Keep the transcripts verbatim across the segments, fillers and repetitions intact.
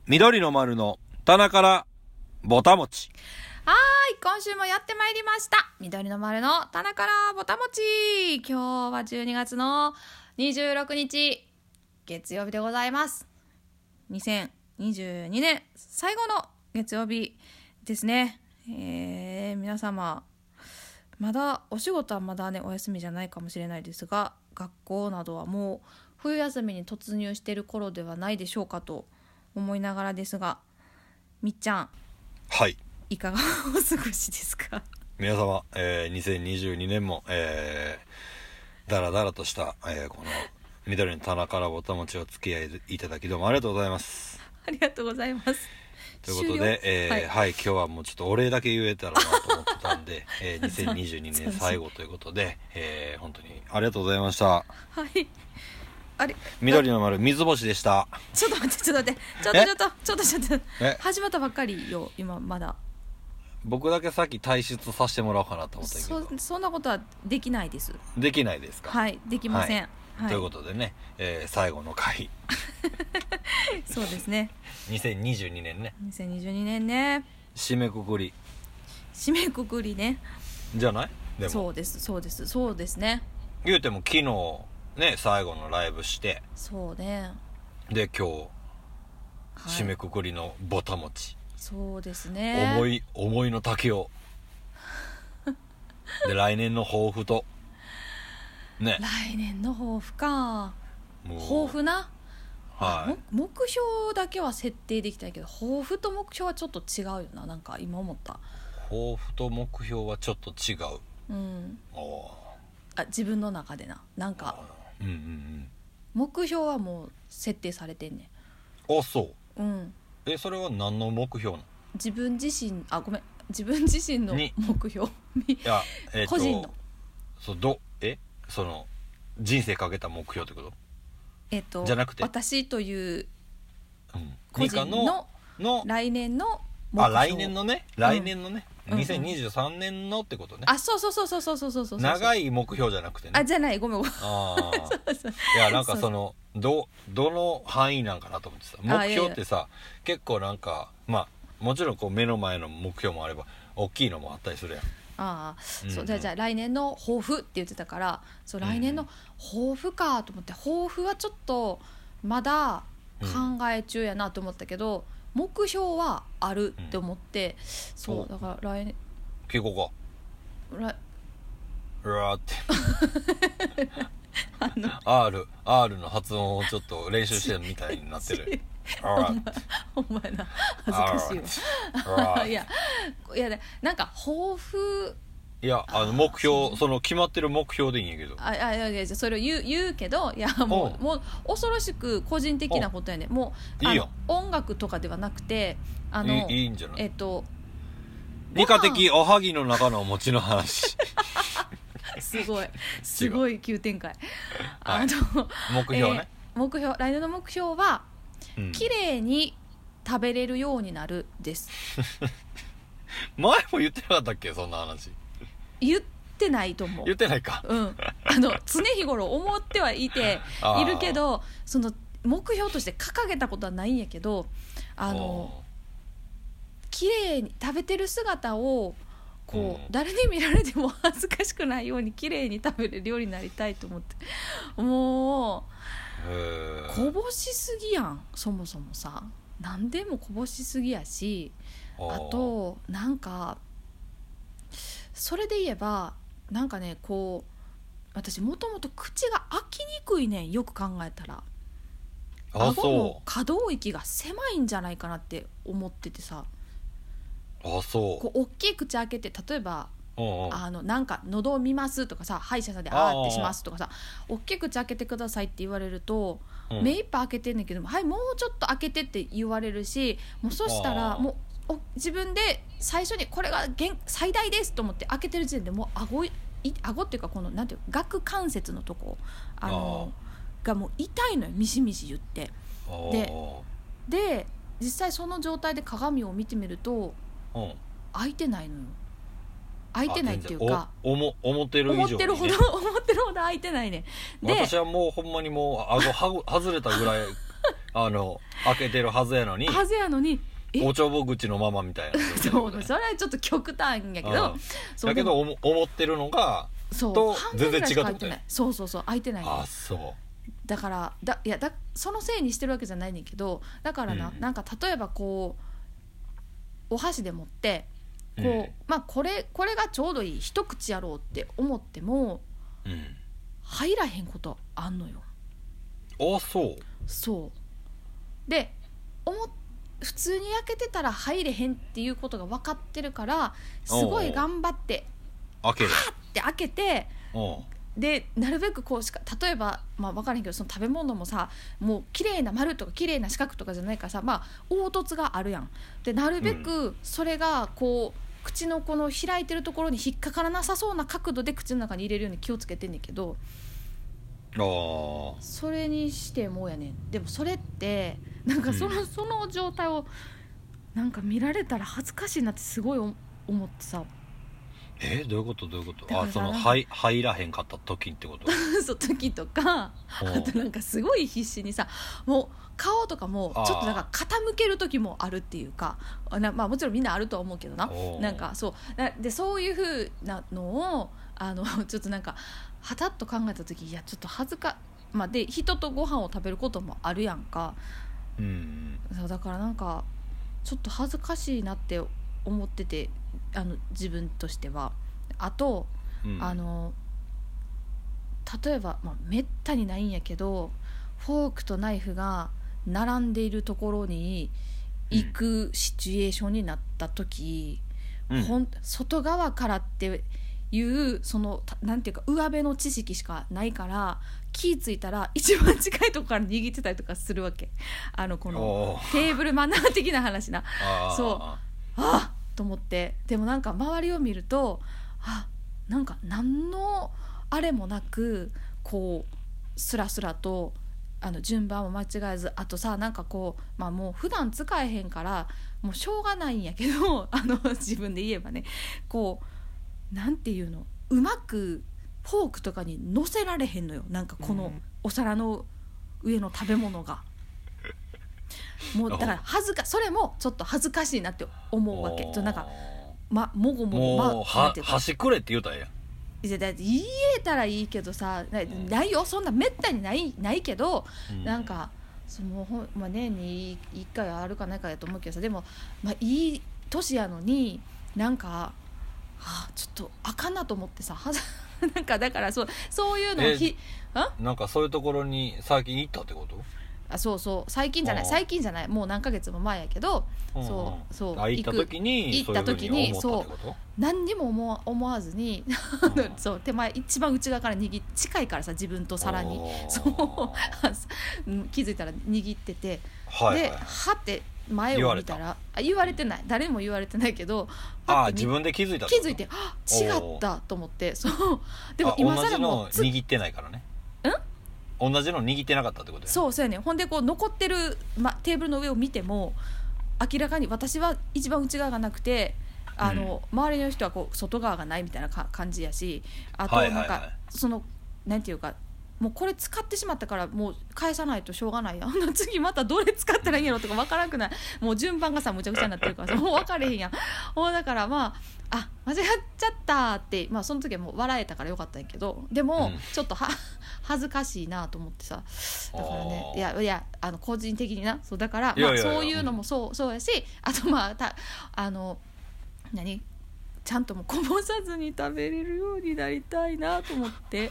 緑の丸の棚からぼたもち。 はーい、今週もやってまいりました。緑の丸の棚からぼたもち。今日はじゅうにがつのにじゅうろくにち、月曜日でございます。にせんにじゅうにねん最後の月曜日ですね。えー、皆様、まだお仕事はまだねお休みじゃないかもしれないですが、学校などはもう冬休みに突入している頃ではないでしょうかと思いながらですが、みっちゃん、 はい、 いかがお過ごしですか？ 皆様、えー、にせんにじゅうにねんも、えー、だらだらとした、えー、この緑の棚からぼたもちを付き合いいただきどうもありがとうございます。 ありがとうございます。 ということで、えーはいはい、今日はもうちょっとお礼だけ言えたらなと思ってたんで、えー、にせんにじゅうにねん最後ということで、えー、本当にありがとうございました。 はい。あれ、 緑の丸水星でした。 ちょっと待ってちょっと待ってちょっとちょっとちょっとちょっとえ始まったばっかりよ今まだ。 僕だけさっき退出させてもらおうかなと思ったけど、 そそんなことはできないです。 できないですか？ はいできません、 はいはい、 ということでね、えー、最後の回そうですね、 にせんにじゅうにねんね、 にせんにじゅうにねんね、 締めくくり締めくくりね。 じゃない？でもそうですそうですそうですね。 言うても昨日ね最後のライブして、 そうね、 で今日、 はい、 締めくくりのぼたもち、 そうですね、 思い思いの丈をで来年の抱負とね、 来年の抱負か。 もう抱負な、 はい、 目標だけは設定できたけど抱負と目標はちょっと違うよな。なんか今思った。 抱負と目標はちょっと違う。 うん、 おあ自分の中でな、なんかうんうんうん、 目標はもう設定されてんねあそう、 ん。うん、 えそれは何の目標なの？ 自分自身、あごめん自分自身のに目標いや、えー、と個人のそうどえその人生かけた目標ってこと？ えっとじゃなくて私といううん個人のの来年の目標。 あ来年のね来年のね、 うん、 にせんにじゅうさんねんのってことね。 あそうそうそうそうそうそうそうそう、 長い目標じゃなくてね。 あじゃないごめんごめんあそうそういやなんかそのどどの範囲なんかなと思ってさ、目標ってさ結構なんかまあもちろんこう目の前の目標もあれば大きいのもあったりするやん。 ああ、 うんうん、 そうじゃあじゃあ来年の抱負って言ってたから、そう来年の抱負かと思って、抱負はちょっとまだ考え中やなと思ったけど、うん、目標はあるって思って、うん、そうだから来年聞こうか。 来うわーってあの R, R の発音をちょっと練習してるみたいになってるお前な恥ずかしいわいやいやなんか抱負、 いやあの目標、その決まってる目標でいいんやけど、 ああいやいやそれを言う、言うけど、いやもう、もう恐ろしく個人的なことやね。もういいよ、 音楽とかではなくて、あのいい、いいんじゃない？ えっと理科的おはぎの中のお餅の話すごいすごい急展開あの、はい、目標ね、 えー、目標来年の目標は、うん、綺麗に食べれるようになるです前も言ってなかったっけそんな話？ 言ってないと思う。 言ってないか、 うん、あの常日頃思ってはいているけど、その目標として掲げたことはないんやけど、あの綺麗に食べてる姿をこう、うん、誰に見られても恥ずかしくないように綺麗に食べれるようになりたいと思って。もうこぼしすぎやん、そもそもさ。何でもこぼしすぎやし、あとなんかそれで言えばなんかね、こう私もともと口が開きにくいねん、よく考えたら。顎の可動域が狭いんじゃないかなって思っててさ。 あそうこう大きい口開けて、例えばおうおうあのなんか喉を見ますとかさ、歯医者さんであーってしますとかさ、大きい口開けてくださいって言われると、うん、目いっぱい開けてんねんけども、はいもうちょっと開けてって言われるし、もうそしたらもう自分で最初にこれが最大ですと思って開けてる時点でもう顎い顎っていうかこのなんていう顎関節のとこあのがもう痛いのよ、ミシミシ言って。でで実際その状態で鏡を見てみると、うん、開いてないのよ。開いてないっていうか、 おも思ってる以上に、ね、 思ってるほど思ってるほど開いてないね。 で私はもうほんまにもう顎は外れたぐらいあの開けてるはずやのにはずやのにおちょぼ口のままみたいなそうそれはちょっと極端やけど、 うん、だけど思ってるのがそうと全然違うってことね。 そうそうそう開いてない、ね、 あそうだからだいやだそのせいにしてるわけじゃないねんけど、だからな、うん、なんか例えばこうお箸で持ってこう、うん、まあこれこれがちょうどいい一口やろうって思っても、うん、入らへんことあんのよ。 あそうそうで思普通に開けてたら入れへんっていうことが分かってるからすごい頑張って開けるって開けてでなるべくこうしか例えば、まあ、分からへんけどその食べ物もさもう綺麗な丸とか綺麗な四角とかじゃないからさ、まあ、凹凸があるやん。でなるべくそれがこう口のこの開いてるところに引っかからなさそうな角度で口の中に入れるように気をつけてんねんけど、 あそれにしてもやねん。でもそれってなんかその、うん、その状態をなんか見られたら恥ずかしいなってすごい思ってさ。 えー、どういうことどういうこと？あその入入らへんかった時ってこと？ そう時とかあとなんかすごい必死にさもう顔とかもちょっとなんか傾ける時もあるっていうかな、まあ、もちろんみんなあるとは思うけどななんかそうでそういう風なのをあのちょっとなんかはたっと考えた時いやちょっと恥ずかまあで人とご飯を食べることもあるやんか、うん、そうだからなんかちょっと恥ずかしいなって思っててあの自分としてはあと、うん、あの例えば、まあ、めったにないんやけどフォークとナイフが並んでいるところに行くシチュエーションになった時、うん、ほん外側からっていうそのなんていうか上辺の知識しかないから気ぃついたら一番近いところから握ってたりとかするわけ。あのこのテーブルマナー的な話なそうああと思って。でもなんか周りを見るとあなんか何のあれもなくこうスラスラとあの順番も間違えずあとさなんかこうまあもう普段使えへんからもうしょうがないんやけどあの自分で言えばねこうなんていうのうまくフォークとかに乗せられへんのよ。なんかこのお皿の上の食べ物がもうだから恥ずかそれもちょっと恥ずかしいなって思うわけ。ちょなんかまもごもごまもうは端くれって言うたらええやん。 いやだって言えたらいいけどさ な, ないよそんなめったにないないけど、うん、なんかその、まあ、年にいっかいあるかないかやと思うけどさでも、まあ、いい年やのになんか、はあ、ちょっとあかんなと思ってさなんかだからそうそういうのをひあなんかそういうところに最近行ったってこと？ あそうそう最近じゃない最近じゃないもう何ヶ月も前やけど、うん、そうそう行った時に行った時にそう何にも 思, 思わずにそう手前一番内側から握っ近いからさ自分と皿にそう気づいたら握ってて、はいはい、ではって前を見たらあ言われてない誰も言われてないけどあ自分で気づいた気づいてあ違ったと思ってそうでも今更も同じの握ってないからね同じの握ってなかったってことや、ね、 そうそうやね。ほんでこう残ってる、ま、テーブルの上を見ても明らかに私は一番内側がなくてあの、うん、周りの人はこう外側がないみたいなか感じやしあとなんか、はいはいはい、そのなんていうかもうこれ使ってしまったからもう返さないとしょうがないやん次またどれ使ったらいいんやろとか分からなくないもう順番がさむちゃくちゃになってるからさもう分かれへんやんもうだからまああ間違っちゃったって、まあ、その時はもう笑えたからよかったんやけどでも、うん、ちょっとは恥ずかしいなと思ってさだからねいやいやあの個人的になそうだから、まあ、そういうのもそう、そうやしあとまあたあの何ちゃんともこぼさずに食べれるようになりたいなと思って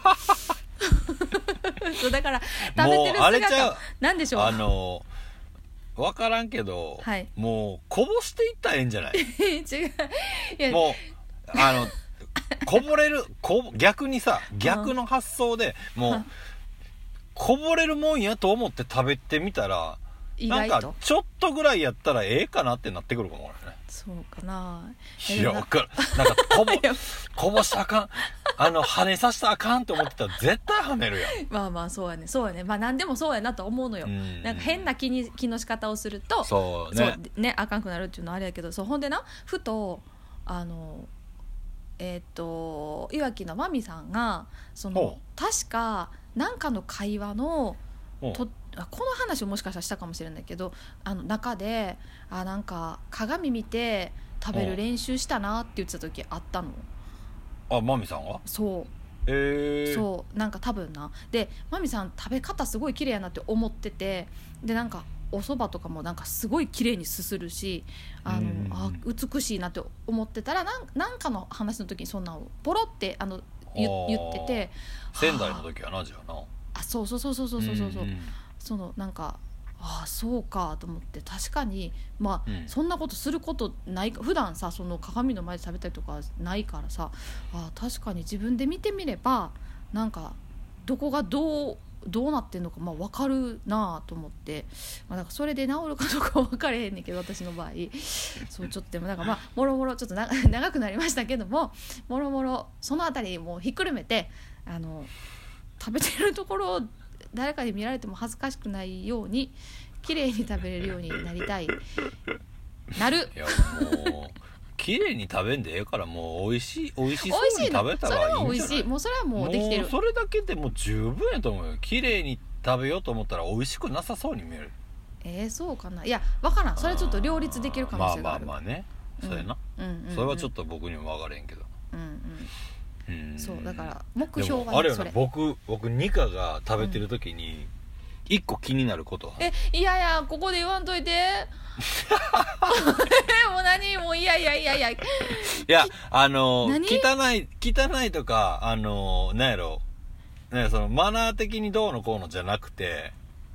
そうだから食べてる姿なんでしょうあの分からんけど、はい、もうこぼしていったらええんじゃない違ういやもうあのこぼれるこ逆にさ逆の発想でもうこぼれるもんやと思って食べてみたらなんかちょっとぐらいやったらええかなってなってくるかもね。 そうかな。 いや分かるなんかこぼこぼしたらあかんあの跳ねさせたらあかんと思ってたら絶対跳ねるやんまあまあそうやねそうやねまあ何でもそうやなと思うのよ。んなんか変な気に気の仕方をするとそうねそうねあかんくなるっていうのはあれやけどそうほんでなふとあのえっ、ー、といわきのまみさんがその確かなんかの会話のとこの話をもしかしたらしたかもしれないけど、あの中であなんか鏡見て食べる練習したなって言ってた時あったの。 あ、マミさんは？ そうへえー、 そうなんか多分なでマミさん食べ方すごい綺麗やなって思ってて、でなんかお蕎麦とかもなんかすごい綺麗にすするし、あの、うん、あ美しいなって思ってたら、なんなんかの話の時にそんなのポロってあの言, 言ってて、 仙台の時はな、じゃあなあそうそうそうそうそうそうそう、うんうん、そのなんかああそうかと思って、確かにまあ、うん、そんなことすることない普段さ、その鏡の前で食べたりとかないからさ、あ確かに自分で見てみればなんかどこがどうどうなってんのかまあ分かるなと思って、まあ、だからそれで治るかどうかは分かれへんねんけど、私の場合そうちょっとでもなんかまあもろもろちょっとな長くなりましたけども、もろもろそのあたりもうひっくるめて、あの食べてるところを誰かに見られても恥ずかしくないように綺麗に食べれるようになりたいなる。 いやもう綺麗に食べんでええから、もう美味しい美味しそうに食べたらいいんじゃない？それは美味しい、 もうそれはもうできてる。 もうそれだけでもう十分やと思うよ。綺麗に食べようと思ったら美味しくなさそうに見える。 えー、そうかな。いや分からん、それちょっと両立できる可能性がある。 まあまあまあね、そうやな、うんうんうんうん、それはちょっと僕にも分からへんけど、うんうん、うん、そうだから目標は、ね、 あれよな、僕僕ニカが食べてる時に一個気になることは、 えいやいやここで言わんといてもう何もういやいやいやいやいやあの汚い汚いとかあのなんやろね、そのマナー的にどうのこうのじゃなくて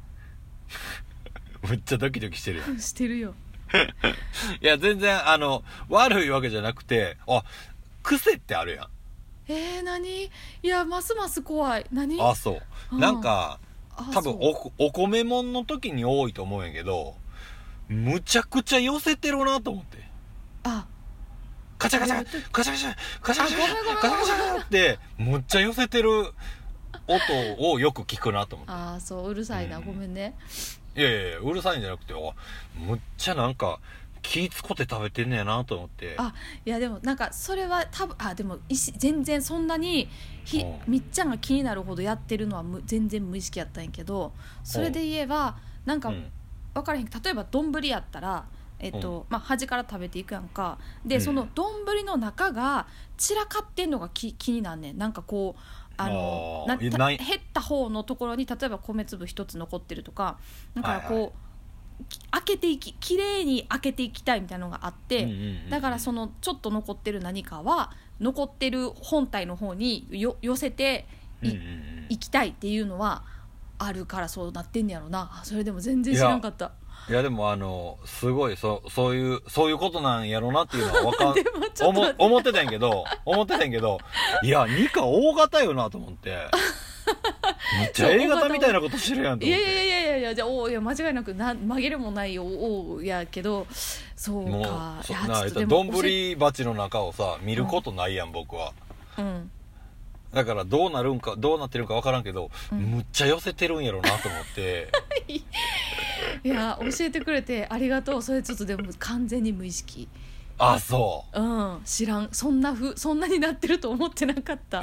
むっちゃドキドキしてるやんしてるよいや全然あの悪いわけじゃなくて、あ癖ってあるやん。 えー、何？いやますます怖い。何？ あそう、うん、なんか多分 お, お米もんの時に多いと思うんやけど、むちゃくちゃ寄せてるなと思って、 あカチャカチャカチャカチャカチャカチャカチャカチャってむっちゃ寄せてる音をよく聞くなと思って。 ああそううるさいな、うん、ごめんね。 いやいやいやうるさいんじゃなくて、むっちゃなんか気つこって食べてんねやなと思って。 あいやでもなんかそれは多分あでも全然そんなにひ、うん、みっちゃんが気になるほどやってるのはむ全然無意識やったんやけど、それで言えばなんか、うん、分からへん、例えば丼やったらえっとうんまあ、端から食べていくやんか。で、うん、その丼の中が散らかってんのが気になんねん。なんかこうあのな減った方のところに例えば米粒一つ残ってるとか、だからこう、はいはい、開けていききれいに開けていきたいみたいなのがあって、うんうんうん、だからそのちょっと残ってる何かは残ってる本体の方によ寄せて い,、うんうんうん、いきたいっていうのはあるからそうなってんねやろな。それでも全然知らんかった。 いやでもあのすごい そ, そういうそういうことなんやろなっていうのはわかん思, 思ってたんやけど思ってたんやけどいやニカ大型よなと思ってめっちゃ A 型みたいなことしてるやんと思って。 いやいやいやいやじゃあおいや間違いなくな曲げるもないよおやけど、そうかそいやちょっとでも丼鉢の中をさ見ることないやん、うん、僕は、うん、だからどうなるんかどうなってるんか分からんけど、うん、むっちゃ寄せてるんやろなと思っていや教えてくれてありがとう。それちょっとでも完全に無意識。 あそう、 うん、知らん、そんなふそんなになってると思ってなかったあ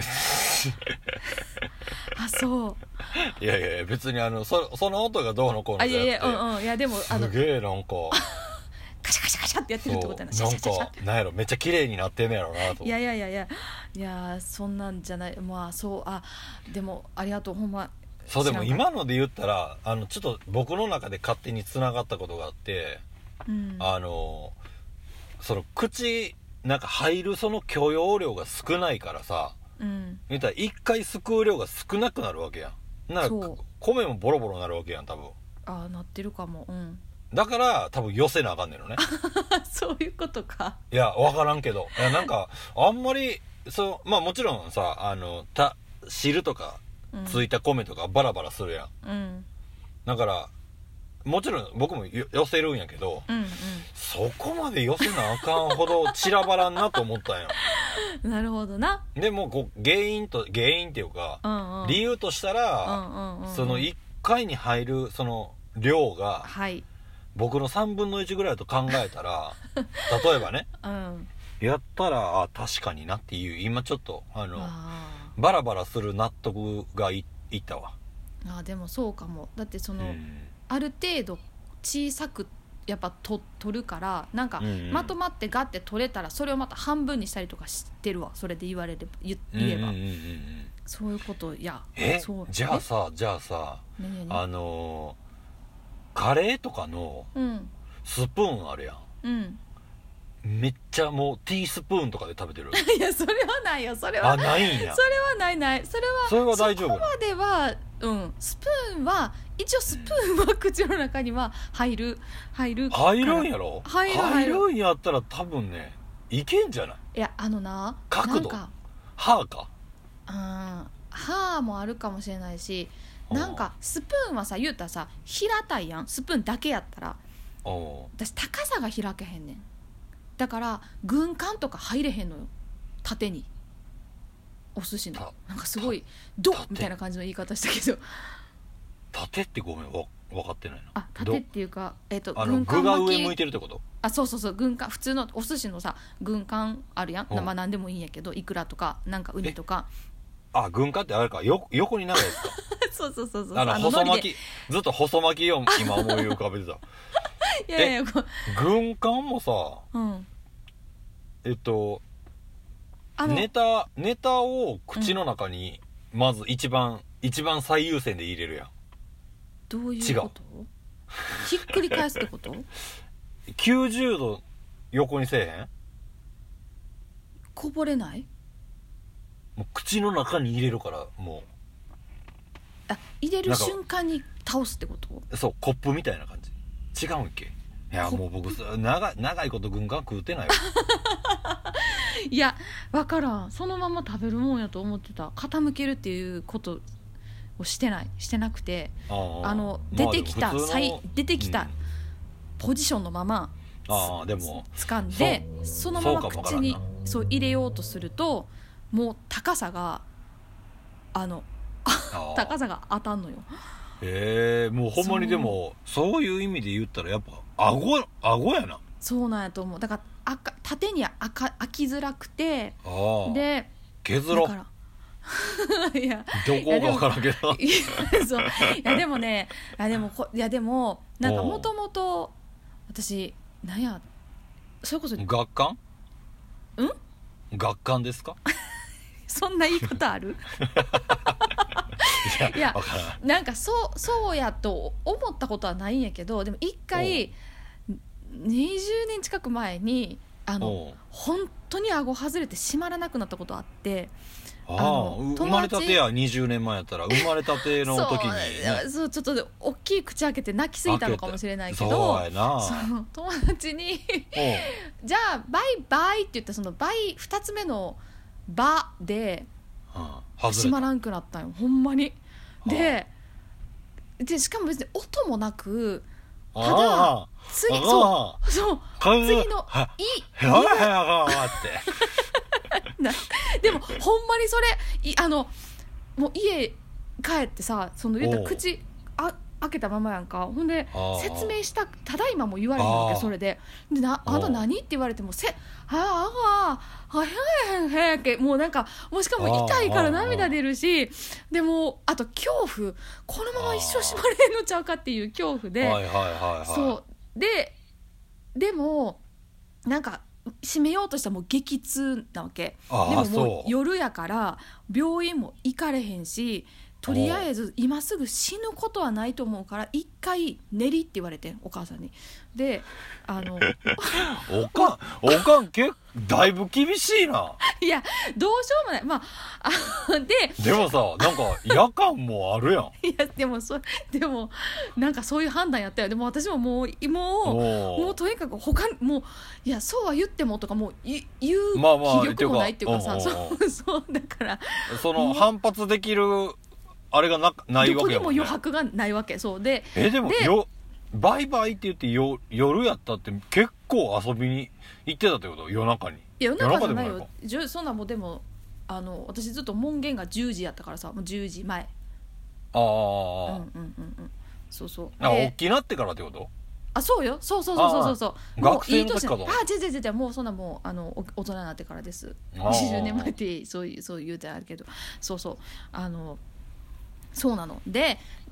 そういやいや別にあの そ, その音がどうのこうのじゃなくて、あいやいや、うんうん、いやでもあのすげえなんかカシャカシャカシャってやってるってことやな。 なんかなんやろめっちゃ綺麗になってんねやろなと思って。 いやいやいやいやいやそんなんじゃない。まあそうあでもありがとうほんま。 そうでも今ので言ったらあのちょっと僕の中で勝手に繋がったことがあって、うん、あのその口なんか入るその許容量が少ないからさ、うん、言ったら一回すくう量が少なくなるわけやん。なら米もボロボロなるわけやん多分。 あなってるかも、うん、 だから多分寄せなあかんねんのねそういうことか。 いや分からんけどいやなんかあんまりそうまあもちろんさあのた汁とかついた米とかバラバラするやん、うん、だからもちろん僕も寄せるんやけど、うんうん、そこまで寄せなあかんほど散らばらんなと思ったんやなるほどな。 でもこう原因と原因っていうか、うんうん、理由としたら、うんうんうんうん、そのいっかいに入るその量が、はい、僕のさんぶんのいちぐらいだと考えたら例えばね、うん、やったらあ確かになっていう今ちょっとあのあバラバラする納得が い, いったわ。 あでもそうかも。だってその、 うん、 ある程度小さくやっぱと取るからなんか、 うんうん、 まとまってガッて取れたらそれをまた半分にしたりとかしてるわ。それで言われれば言えば、 うんうんうんうん、 そういうことや。 えそうじゃあさじゃあさ何々 あのー、カレーとかのうんスプーンあるやん、 うんめっちゃもうティースプーンとかで食べてるいやそれはないよ。それはあないんや。 それはないない。それはそれは大丈夫なの？ そこまではうんスプーンは一応スプーンは口の中には入る入るから入るんやろ。 入る入る。 入るんやったら多分ねいけんじゃない。 いやあのな角度なんか歯かうん歯もあるかもしれないし、なんかスプーンはさ言うたらさ平たいやん。スプーンだけやったら私高さが開けへんねん。だから軍艦とか入れへんのよ縦に。お寿司のなんかすごいドッみたいな感じの言い方したけど縦ってごめんわ分かってないな。 あ縦っていうか、えー、とあの軍艦具が巻き上向いてるってこと？ あそうそうそう軍艦普通のお寿司のさ軍艦あるやん、 うんまあ何でもいいんやけどイクラとかなんかウニとかあ軍艦ってあれかよ横に長いやつかそうそうそうそうあのあの海苔で細巻きずっと細巻きを今思い浮かべてたいやいやこう軍艦もさうんえっとあのネタネタを口の中にまず一番、うん、一番最優先で入れるやん。 どういうこと？ひっくり返すってこと？ きゅうじゅうど横にせえへん？ こぼれない？ もう口の中に入れるからもあ入れる瞬間に倒すってこと？ そうコップみたいな感じ違うんっけ？いやもう僕長い長いこと軍艦食うてないわいや分からん。そのまま食べるもんやと思ってた。傾けるっていうことをしてないしてなくてああの出てきた、まあ、出てきたポジションのまま、 うん、ああでも掴んで そ, そのまま口にそう入れようとするともう高さがあの高さが当たんのよ。 へえもうほんまにでもそういう意味で言ったらやっぱ顎顎やな。 そうなんやと思う。だから赤縦に開きづらくてあで削ろだからいやどこか分からんけどいやそういやでもねいやでもこいやでもなんかもともと私なんやそれこそ学館ん学館ですかそんな言い方あるいやなんかそうそうやと思ったことはないんやけどでも一回にじゅうねん近く前にあの本当に顎外れて閉まらなくなったことあって。 ああ生まれたてやにじゅうねんまえやったら生まれたての時に、ね、 そう, そうちょっと大きい口開けて泣きすぎたのかもしれないけどそうやなそう友達にじゃあバイバイって言ったそのバイふたつめのバで、うん、閉まらんくなったよほんまに。で、でしかも別に音もなくただ次そうそう次のいいでもほんまにそれいあのもう家帰ってさその言ったら口あ開けたままやんか。ほんで説明したただいまも言われへんわけそれででなあんた何って言われてもせああああへんへんへんけもうなんかもうしかも痛いから涙出るしでもあと恐怖このまま一生閉まれへんのちゃうかっていう恐怖でそうででもなんか閉めようとしたらもう激痛なわけ。でももう夜やから病院も行かれへんしとりあえず今すぐ死ぬことはないと思うから一回寝りって言われてお母さんに。であのおかんおかん結構だいぶ厳しいな。 いやどうしようもないまああででもさなんか夜間もあるやんいやでもそでもなんかそういう判断やったよ。でも私ももうもうもうとにかく他にもういやそうは言ってもとかもう言う気力もないっていうかさ、そうそうだからその反発できるあれが な, ないわけやもんね。 どこにも余白がないわけ。そうでえでもよバイバイって言ってよ夜やったって結構遊びに行ってたってこと？夜中に。 いや夜中じゃないよ。じそんなもでもあの私ずっと門限がじゅうじやったからさもうじゅうじまえ。 ああ、うんうんうんうんそうそう。 あ大きなってからってこと？ あそうよそうそうそうそうそう学生の時かと。 あ違う違う違うもうそんなもうあの大人になってからです。にじゅうねんまえってそういうそう言うてあるけどそうそうあのそうなので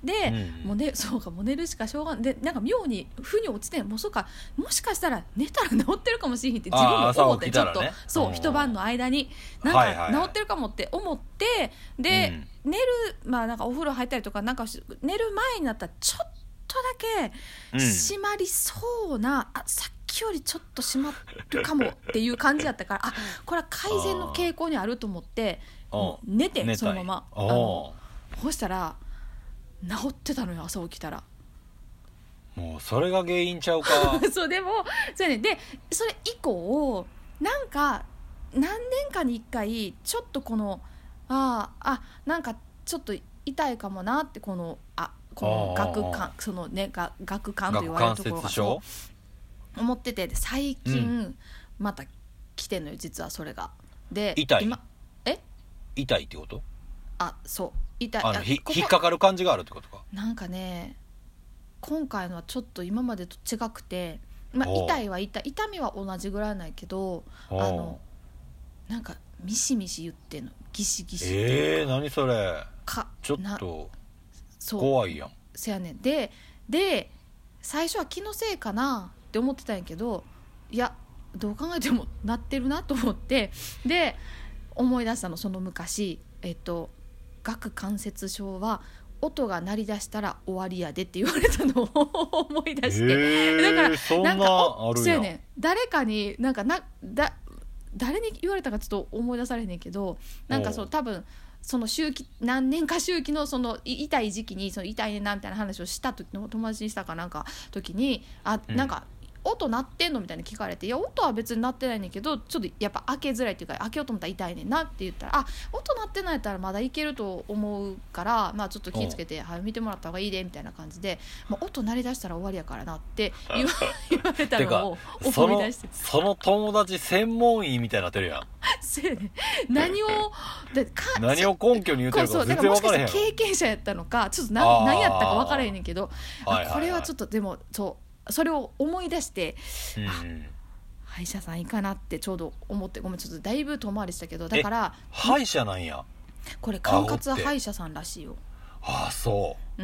で、 うん、 もうね、そうかもう寝るしかしょうがないで、なんか妙に負に落ちて、もうそうかもしかしたら寝たら治ってるかもしれへんって自分も思って、 ね、 ちょっとそう一晩の間になんか治ってるかもって思って、はいはいはい、で、うん、寝るまあなんかお風呂入ったりとかなんか寝る前になったらちょっとだけ締まりそうな、うん、あさっきよりちょっと締まるかもっていう感じだったからあこれは改善の傾向にあると思ってもう寝てそのままあのそうしたら治ってたのよ朝起きたら。 もうそれが原因ちゃうかそうでもそれ、ね、でそれ以降なんか何年かにいっかいちょっとこのああなんかちょっと痛いかもなってこのあこの顎関そのねが顎関と言われるところがそう思っててで最近また来てんのよ実はそれが。で痛い今え痛いってこと？ あそう痛いあのひここ引っかかる感じがあるってことか。 なんかね今回のはちょっと今までと違くて、まあ、痛いは痛い痛みは同じぐらいないけどあのなんかミシミシ言ってんのギシギシってえー、何それかちょっと怖いやん。 せやねんでで最初は気のせいかなって思ってたんやけどいやどう考えてもなってるなと思ってで思い出したのその昔えっと顎関節症は音が鳴り出したら終わりやでって言われたのを思い出して、 えー、だからそんなあるやん。そうやねん誰かになんかなだ誰に言われたかちょっと思い出されへんねんけどなんかそう多分その周期何年か周期のその痛い時期にその痛いねんなみたいな話をした時の友達にしたかなんか時にあなんか音鳴ってんのみたいに聞かれていや音は別に鳴ってないねんけどちょっとやっぱ開けづらいっていうか開けようと思ったら痛いねんなって言ったらあ音鳴ってないやったらまだいけると思うからまあちょっと気をつけて、はい、見てもらった方がいいでみたいな感じで、まあ、音鳴り出したら終わりやからなって言わ, 言われたのを思い出してその、その友達専門医みたいになってるやんそうやね何をだか何を根拠に言ってるか全然分からへん。 もしかして経験者やったのかちょっと 何, 何やったか分からへんねんけどあ、はいはいはい、これはちょっとでもそうそれを思い出して、うん、歯医者さんいいかなってちょうど思ってごめんちょっとだいぶ遠回りしたけどだから歯医者なんやこれ管轄歯医者さんらしいよ。 ああそう、 うん、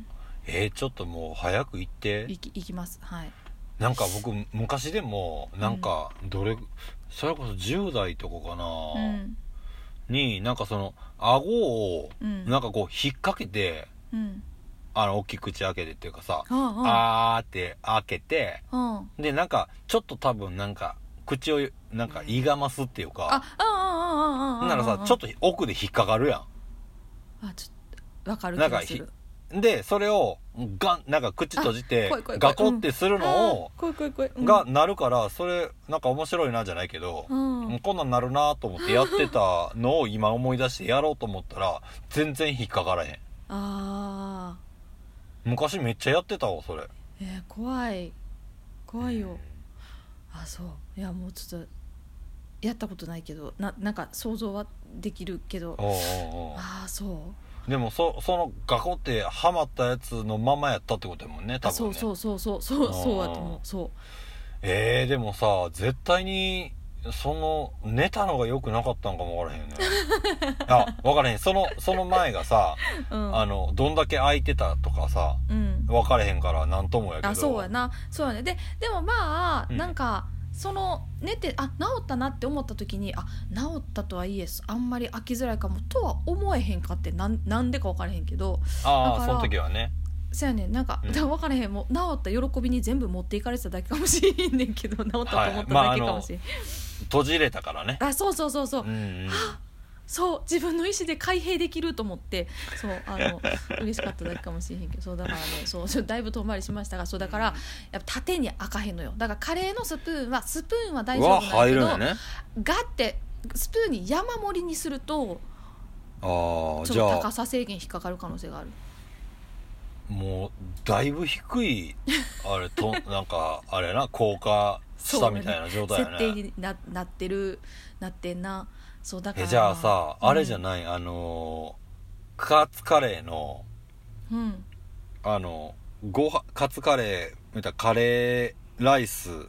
えー、ちょっともう早く行って行き、行きますはい。 なんか僕昔でもなんかどれ、うん、それこそじゅう代とかかな、うん、になんかその顎をなんかこう引っ掛けて、うん、あの大きい口開けてっていうかさ、うんうん、あーって開けて、うん、でなんかちょっと多分なんか口をなんかいがますっていうか、うん、ならさちょっと奥で引っかかるやん。 あちょっと分かる気がする。 でそれをガンなんか口閉じてガコってするのをがなるからそれなんか面白いなじゃないけど、うん、こんなんなるなと思ってやってたのを今思い出してやろうと思ったら全然引っかからへん。 あ昔めっちゃやってたわそれ。 えー、怖い怖いよ。あそういやもうちょっとやったことないけど な, なんか想像はできるけど。 おうおうおうあそうでも そ, そのガコってはまったやつのままやったってことやもんね多分ね。 そうそうそうそうそうそうだと思う。そうえー、でもさ絶対にその寝たのが良くなかったんかも分からへんねあ分からへんそのその前がさ、うん、あのどんだけ空いてたとかさ、うん、分からへんからなんともやけど。 あそうやなそうやね。ででもまあ、うん、なんかその寝てあ治ったなって思った時にあ治ったとはいえあんまり飽きづらいかもとは思えへんかってなんなんでか分からへんけど。 ああその時はねそうやねんなんか、うん、分からへんもう治った喜びに全部持っていかれてただけかもしれんねんけど治ったと思っただけかもしれん、はいまあ、 閉じれたからね。 あそうそうそうそう、うんうん、 はそう自分の意思で開閉できると思ってそうあの嬉しかっただけかもしれへんけどそうだからねそうだいぶ遠回りしましたがそうだからやっぱ縦に開かへんのよ。だからカレーのスプーンはスプーンは大丈夫なんだけど、ね、ガッてスプーンに山盛りにするとあちょっと高さ制限引っかかる可能性がある。 もうだいぶ低いあれとなんかあれな高架下みたいな状態やね。 設定に な, なってるなってんな。そうだからえじゃあさ、うん、あれじゃないあのカツカレーの、 うん、 あのごはカツカレーみたいなカレーライス、うん、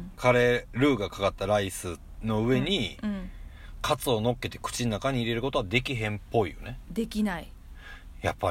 カレールーがかかったライスの上に、うんうん、カツを乗っけて口の中に入れることはできへんっぽいよね。 できないやっぱり。 う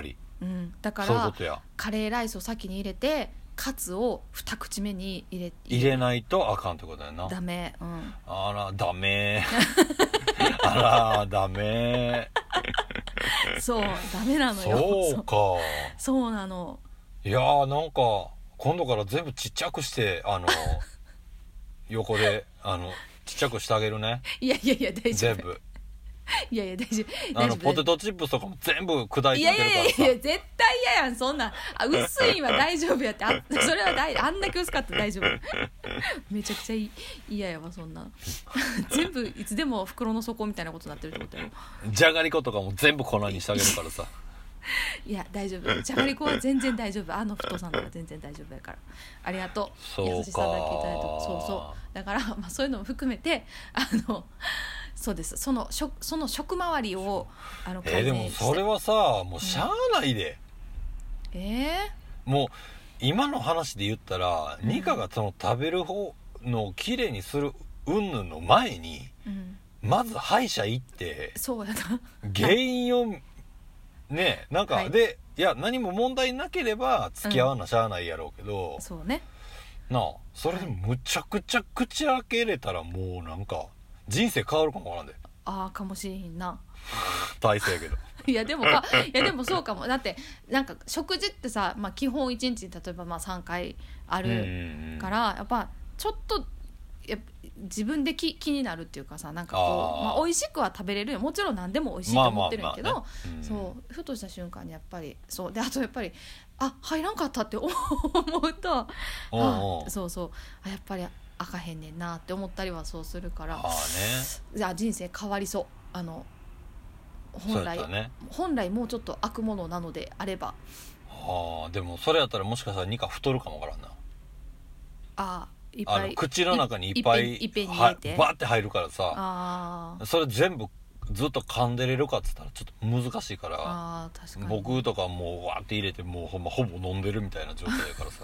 うん、だかそういうらことや。 カレーライスを先に入れてカツを二口目に入れ入れないとあかんってことやな。 ダメ、うん、 あらダメあらダメそうダメなのよ。 そうか。 そうなの。 いやーなんか今度から全部ちっちゃくしてあの横であのちっちゃくしてあげるね。 いやいやいや大丈夫。 全部いやいや大丈夫。 あのポテトチップスとかも全部砕いてあげるからさ。 いやいやいやいや絶対嫌やんそんな。あ薄いんは大丈夫やって。あそれは大あんだけ薄かったら大丈夫。めちゃくちゃ嫌やわそんな。全部いつでも袋の底みたいなことになってるってことやろ。 じゃがりことかも全部粉にしてあげるからさ。 いや大丈夫。じゃがりこは全然大丈夫。あの太さなら全然大丈夫やから。ありがとう。 そうか。 優しさだけいただいて。そうそうだから、まあ、そういうのも含めてあのそうですその食その食回りをあのえー、でもそれはさもうしゃあないで、 うん、えー、もう今の話で言ったら、うん、ニカがその食べる方のをきれいにする云々の前に、うん、まず歯医者行ってそうやな原因をねなんか、はい、でいや何も問題なければ付き合わなしゃあないやろうけど、 うん、そうねなあそれでむちゃくちゃ口開けれたらもうなんか人生変わるかもわからんで。 ああかもしれへんな大勢やけどいやでもかいやでもそうかも。だってなんか食事ってさ、まあ、基本いちにちに例えばまあさんかいあるからやっぱちょっとやっぱ自分でき気になるっていうかさなんかこうまあ、美味しくは食べれるよ。もちろん何でも美味しいと思ってるんやけど、まあまあまあね、うん、そうふとした瞬間にやっぱりそうであとやっぱりあ入らんかったって思うとおうおうあそうそうあやっぱりあかへんねんなって思ったりはそうするからあ、ね、 じゃあ人生変わりそう。あの本来、ね、本来もうちょっと開くものなのであれば。 はあでもそれやったらもしかしたらニカ太るかもわからんな。 あいっぱいあの口の中にいっぱいいっぺんに入れてバーって入るからさあそれ全部ずっと噛んでれるかっつったらちょっと難しいからあ確かに僕とかもうわーって入れてもうほんまほぼ飲んでるみたいな状態だからさ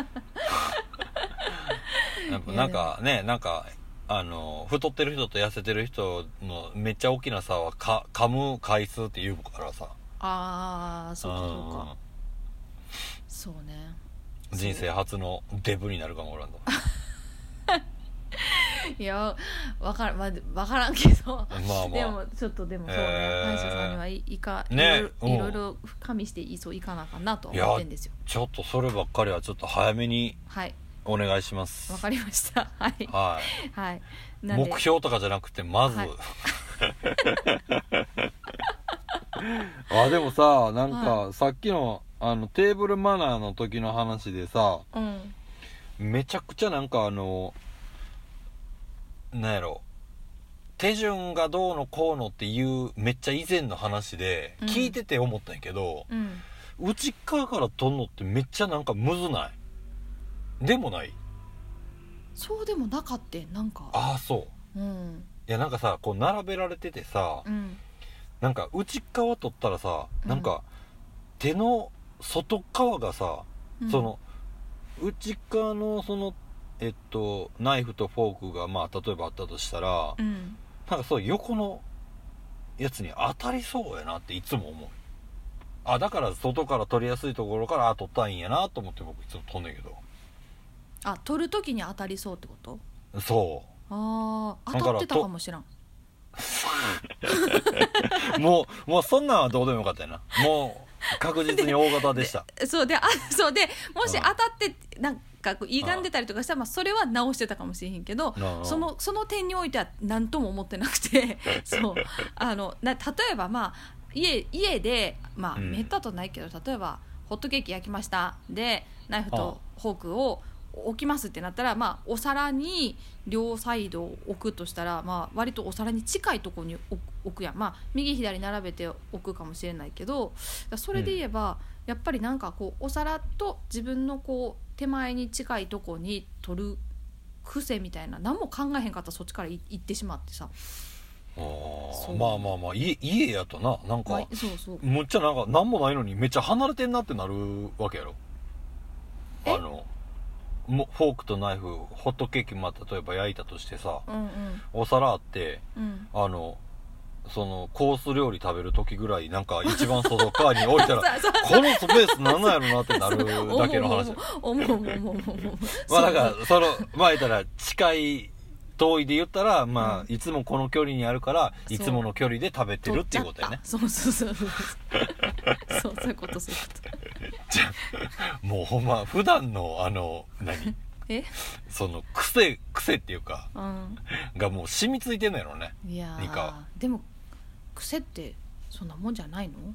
やっぱなんかねなんかあの太ってる人と痩せてる人のめっちゃ大きな差はか噛む回数って言うからさああそうかそうかそうね人生初のデブになるかもおらんといや分からん、まあ、分からんけど、まあまあ、でもちょっとでもそうね、歯医者さんにはいいか、ね、いろいろいろいろ加味していそういかなあかんなと思ってんですよ。 ちょっとそればっかりはちょっと早めにお願いします。 わかりましたはいはい、 はい、 目標とかじゃなくてまず、はい、あでもさなんか、はい、さっきのあのテーブルマナーの時の話でさ、 うん、 めちゃくちゃなんかあのなんやろ手順がどうのこうのっていうめっちゃ以前の話で聞いてて思ったんやけど、うん、内側から取んのってめっちゃなんかむずない？でもない？ そうでもなかったなんかああそう、 うん、 いやなんかさこう並べられててさ、 うん、 なんか内側取ったらさ、うん、なんか手の外側がさ、うん、その内側のそのえっとナイフとフォークがまあ例えばあったとしたら、 うん、 なんかそう横のやつに当たりそうやなっていつも思う。あだから外から取りやすいところから取ったらいいんやなと思って僕いつも取んねんけど。 あ取る時に当たりそうってこと？ そうああ当たってたかもしらんもうもうそんなんはどうでもよかったよな。もう確実に大型でしたそうであそうでもし当たってなんかこう歪んでたりとかしたら、まあ、それは直してたかもしれへんけどその、その点においては何とも思ってなくてそうあのな例えばまあ家, 家でまあめったとないけど、うん、例えばホットケーキ焼きましたでナイフとフォークを置きますってなったら、まあ、お皿に両サイド置くとしたら、まあ、割とお皿に近いところに置くやん、まあ、右左並べて置くかもしれないけどそれで言えば、うん、やっぱりなんかこうお皿と自分のこう手前に近いところに取る癖みたいな何も考えへんかったらそっちから行ってしまってさあまあまあまあ 家, 家やとななんか、まあ、 そうそうむっちゃなんか何もないのにめっちゃ離れてんなってなるわけやろ。あのフォークとナイフホットケーキも例えば焼いたとしてさ、 うんうん、 お皿あって、 うん、 あのそのコース料理食べる時ぐらいなんか一番外側に置いたらこのスペースなんなんやろなってなるだけの話。 思う思う思う思う思う。 まあだからそのまあ言ったら近い遠いで言ったらまあ、うん、いつもこの距離にあるからいつもの距離で食べてるっていうことやね。 そうそうそうそうそうそういうことそういうこと。 じゃあもうほんま普段のあの何えその癖癖っていうか、 うん、 がもう染みついてんのやろね。 いやでも癖ってそんなもんじゃないの？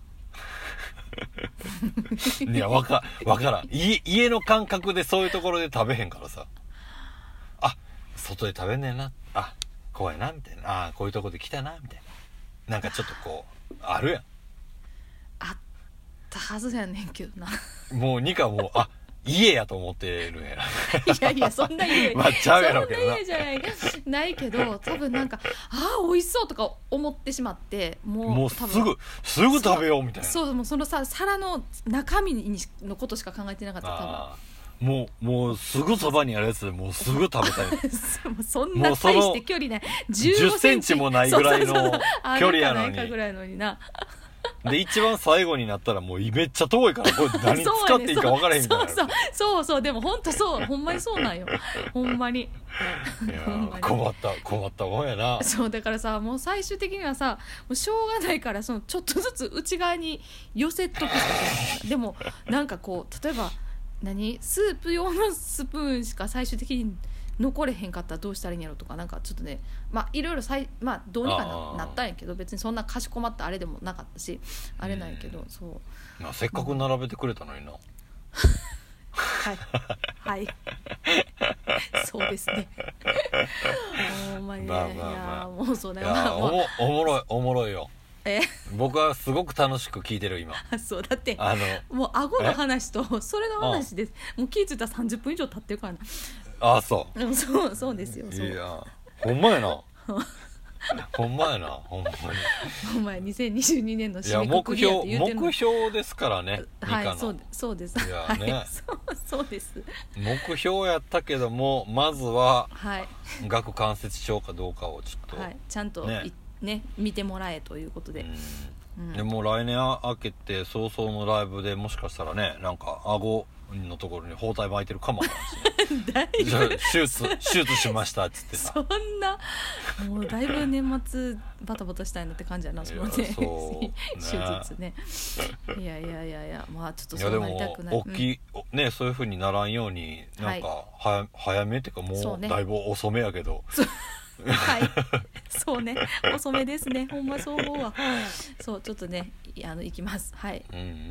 いやわかわからん。家家の感覚でそういうところで食べへんからさ。あ外で食べんねんな。あ怖いなみたいな。あこういうとこで来たなみたいな。なんかちょっとこうあるやん。 あったはずやねんけどな。 もうニカもうあ家やと思ってるんやな。 いやいやそんな家まあちゃうやろうけどな。 そんな家じゃないないけど多分なんかあー美味しそうとか思ってしまってもうもうすぐすぐ食べようみたいな。 そうもうそのさ皿の中身にのことしか考えてなかった多分。もうもうすぐそばにあるやつでもうすぐ食べたい。 そんな大して距離ないじゅっセンチもないぐらいの距離やのに。 あるかないかぐらいのにな。 で一番最後になったらもうめっちゃ遠いからこれ何使っていいか分からへんみたいな。 そうそうそうそうでも本当そうほんまにそうなんよほんまに。いや困った困ったもんやな。 そうだからさもう最終的にはさもうしょうがないからそのちょっとずつ内側に寄せとくしかないでもなんかこう例えば何スープ用のスプーンしか最終的に残れへんかったらどうしたらいいんやろとかなんかちょっとねまあいろいろさい、まあ、どうにか な, なったんやけど別にそんなかしこまったあれでもなかったしあれなんやけど、うん、そうまあせっかく並べてくれたのにな。 はいはいそうですね。ほんまにね、まあまあまあ、いやもうそれは、まあ、 お, もおもろいおもろいよ。 え僕はすごく楽しく聞いてる今。 そうだってあのもう顎の話とそれの話です。もう気づいたらさんじゅっぷん以上経ってるからな。 あそう。 うんそうそうですよ。そういやほんまやな。ほんまやなほんまに。 お前にせんにじゅうにねんの締めくくりやって言うてるの。 目標ですからね。 はいそうそうです。いやね、はい、そうそうです。 目標やったけどもまずは、 はい、 顎関節症かどうかをちょっと、 はい、ちゃんとねね見てもらえということで。 うん、でも来年明けて早々のライブでもしかしたらねなんか顎のところに包帯巻いてるかもわからんし、ね、だいぶ手術手術しましたっつってさそんなもうだいぶ年末バタバタしたいなって感じやなそのね手術ねいやいやいやいやまあちょっとそうなりたくない。 いやでも大きい、うん、ねそういう風にならんようになんか、はい、は早めっていうかもうだいぶ遅めやけどはいそうね遅めですねほんまそう思うわ。そうちょっとねあの行きますはいうんうん、うん、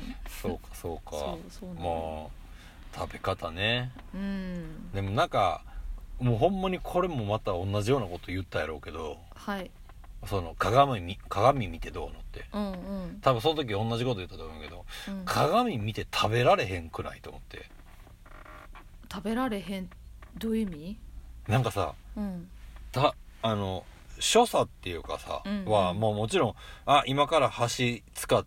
そうかそうかそうそうまあ食べ方ね、うん、でもなんかもうほんまにこれもまた同じようなこと言ったやろうけど、 はい、 その鏡鏡見てどうのって、 うんうん、 多分その時同じこと言ったと思うけど、うん、鏡見て食べられへんくないと思って。 食べられへんどういう意味？ なんかさ、うん、たあの所作っていうかさ、うんうん、はもうもちろんあ今から箸使って、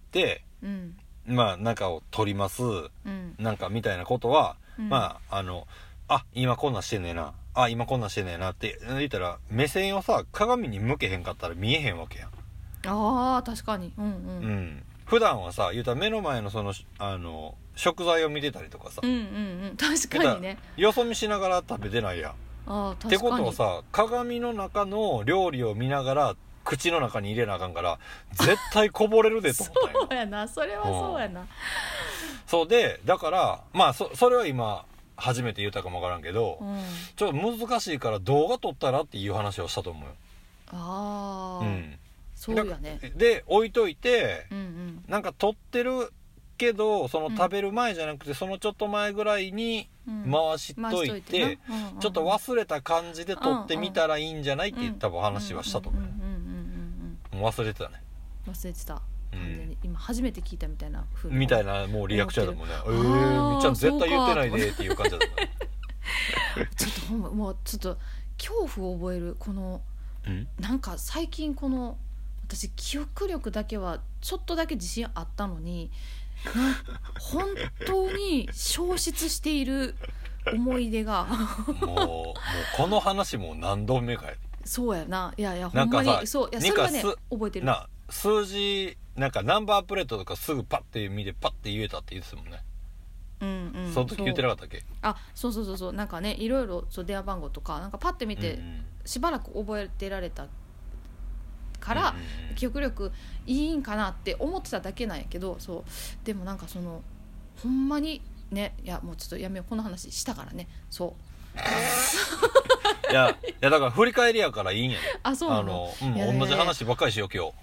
うん、まあ中を取ります、うん、なんかみたいなことは、うん、まああのあ今こんなんしてんねえなあ今こんなんしてんねえなって言ったら目線をさ鏡に向けへんかったら見えへんわけやん。 あー確かにうんうん、 うん、普段はさ言うたら目の前のそのあの食材を見てたりとかさ、 うんうんうん、確かにねよそ見しながら食べてないやん。 あってことはさ鏡の中の料理を見ながら口の中に入れなあかんから絶対こぼれるでと思ったんよそうやなそれはそうやな、うん、 そうでだからまあ そ, それは今初めて言ったかもわからんけど、うん、ちょっと難しいから動画撮ったらっていう話をしたと思うよ。 ああ、うん、そうやね。 で置いといて、うんうん、なんか撮ってるけどその食べる前じゃなくて、うん、そのちょっと前ぐらいに回しといて、うんうん、ちょっと忘れた感じで撮ってみたらいいんじゃないって多分話はしたと思う。忘れてたね。 忘れてた。完全に今初めて聞いたみたいな風みたいなもうリアクションだもんね。えー、みっちゃん絶対言ってないでっていう感じだったね。 ちょっとほんまもうちょっと恐怖を覚えるこのなんか最近この私記憶力だけはちょっとだけ自信あったのに本当に消失している思い出がもう、もうこの話も何度目かやそうやな。いやいやほんまにそういやそれはね覚えてるな。数字なんかナンバープレートとかすぐパッて見てパッて言えたって言ってたもんね。 うんうん、 その時言ってなかったっけ？ あ、そうそうそうそう、なんかねいろいろそう電話番号とかなんかパッて見て、うんうん、しばらく覚えてられたから、うんうん、記憶力いいんかなって思ってただけなんやけど、そうでもなんかそのほんまにね、いやもうちょっとやめようこの話したからね、そういやいやだから振り返りやからいいんやね。 あ、そうなの、うん、同じ話ばっかりしよう今日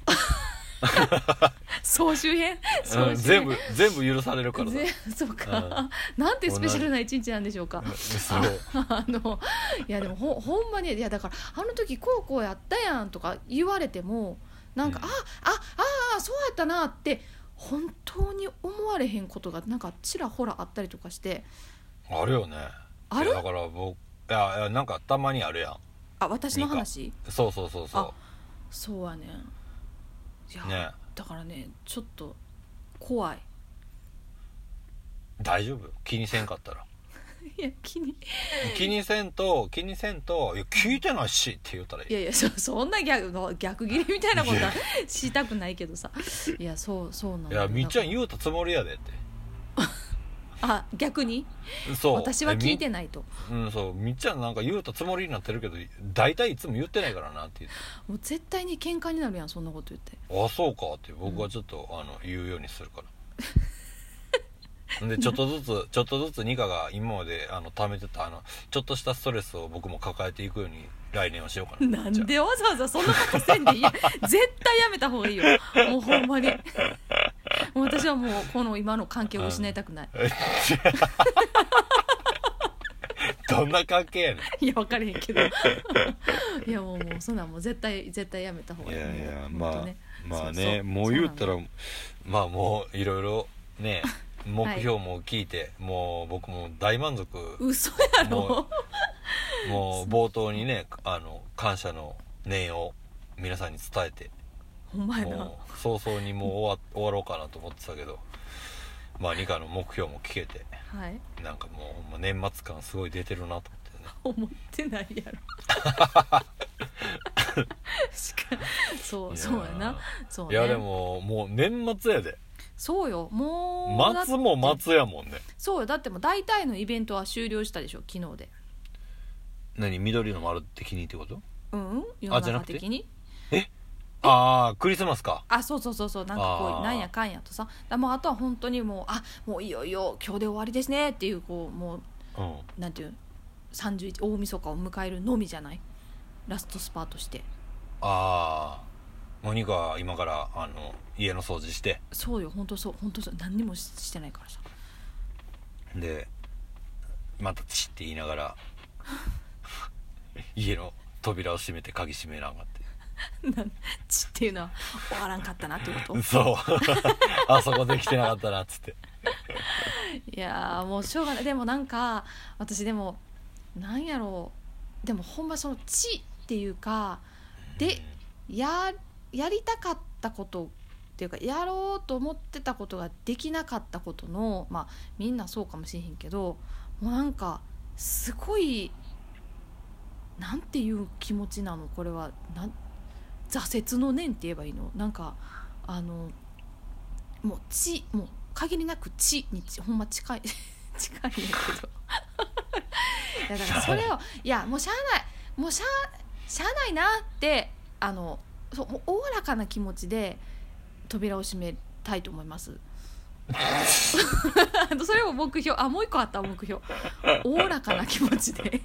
総集編、総集編、 うん、全部全部許されるからさ。 そうか、うん、なんてスペシャルな一日なんでしょうか。 そうあのいやでも ほ, ほんまにいやだからあの時こうこうやったやんとか言われてもなんか、うん、あああそうやったなって本当に思われへんことがなんかちらほらあったりとかして。 あるよね。 ある？ だから僕いやいやなんかたまにあるやん。 あ、私の話？ そうそうそうそう。 そうはね。いや、 ね、 だからねちょっと怖い。 大丈夫？気にせんかったらいや気に気にせんと気にせんといや聞いてないしって言ったらいい。 いやいや そ, そんな逆の逆切れみたいなことはしたくないけどさ。いやそうそうなんだ。 いやみっちゃん言うたつもりやでってあ、逆にそう私は聞いてないと。 うん、そうみっちゃんなんか言うたつもりになってるけど大体いつも言ってないからなって言って、 もう絶対に喧嘩になるやんそんなこと言って。 あ、そうかって僕はちょっと、うん、あの言うようにするからでちょっとずつちょっとずつニカが今まであの溜めてたあのちょっとしたストレスを僕も抱えていくように来年はしようかな。 なんでわざわざそんなことせんでいいや絶対やめた方がいいよもうほんまにもう私はもうこの今の関係を失いたくない、うん、 どんな関係やねん。いや分かれへんけどいやもうもうそんなんもう絶対絶対やめた方がいい。 いやいやまあ、 ね、 まあねもう言ったらまあもういろいろね目標も聞いて、はい、もう僕も大満足。 嘘やろ。 もう、もう冒頭にねあの感謝の念を皆さんに伝えて、 ほんまやな、 もう早々にもう終 わ, 終わろうかなと思ってたけど、まあニカの目標も聞けて、 はい、 なんかもうほんま年末感すごい出てるなと思ってね。思ってないやろしかそうそうやなそう、ね、 いやでももう年末やで。 そうよもう末も末やもんね。 そうよだってもう大体のイベントは終了したでしょ昨日で。 何緑の丸的にってこと？ うん世の中的に。 えああクリスマスか。 あそうそうそうそうなんかこうなんやかんやとさだもうあとは本当にもうあもういよいよ今日で終わりですねっていうこうもう、うん、なんていうさんじゅういち大晦日を迎えるのみじゃないラストスパートして。 ああモニカは今からあの家の掃除して。 そうよ本当そう本当そう何にも し, してないからさ。 でまたチって言いながら家の扉を閉めて鍵閉めながってチっていうのは終わらんかったなってこと？ そうあそこできてなかったなっつっていやもうしょうがない。でもなんか私でもなんやろうでもほんまそのチっていうかでややりたかったことっていうかやろうと思ってたことができなかったことのまあみんなそうかもしれへんけどもうなんかすごいなんていう気持ちなのこれはなん挫折の念って言えばいいのなんかあのもう地もう限りなく地にほんま近い近いんやけどいやだからそれをいやもうしゃあないもうしゃあしゃあないなってあのそうもうおおらかな気持ちで扉を閉めたいと思いますそれも目標あもう一個あった目標おおらかな気持ちで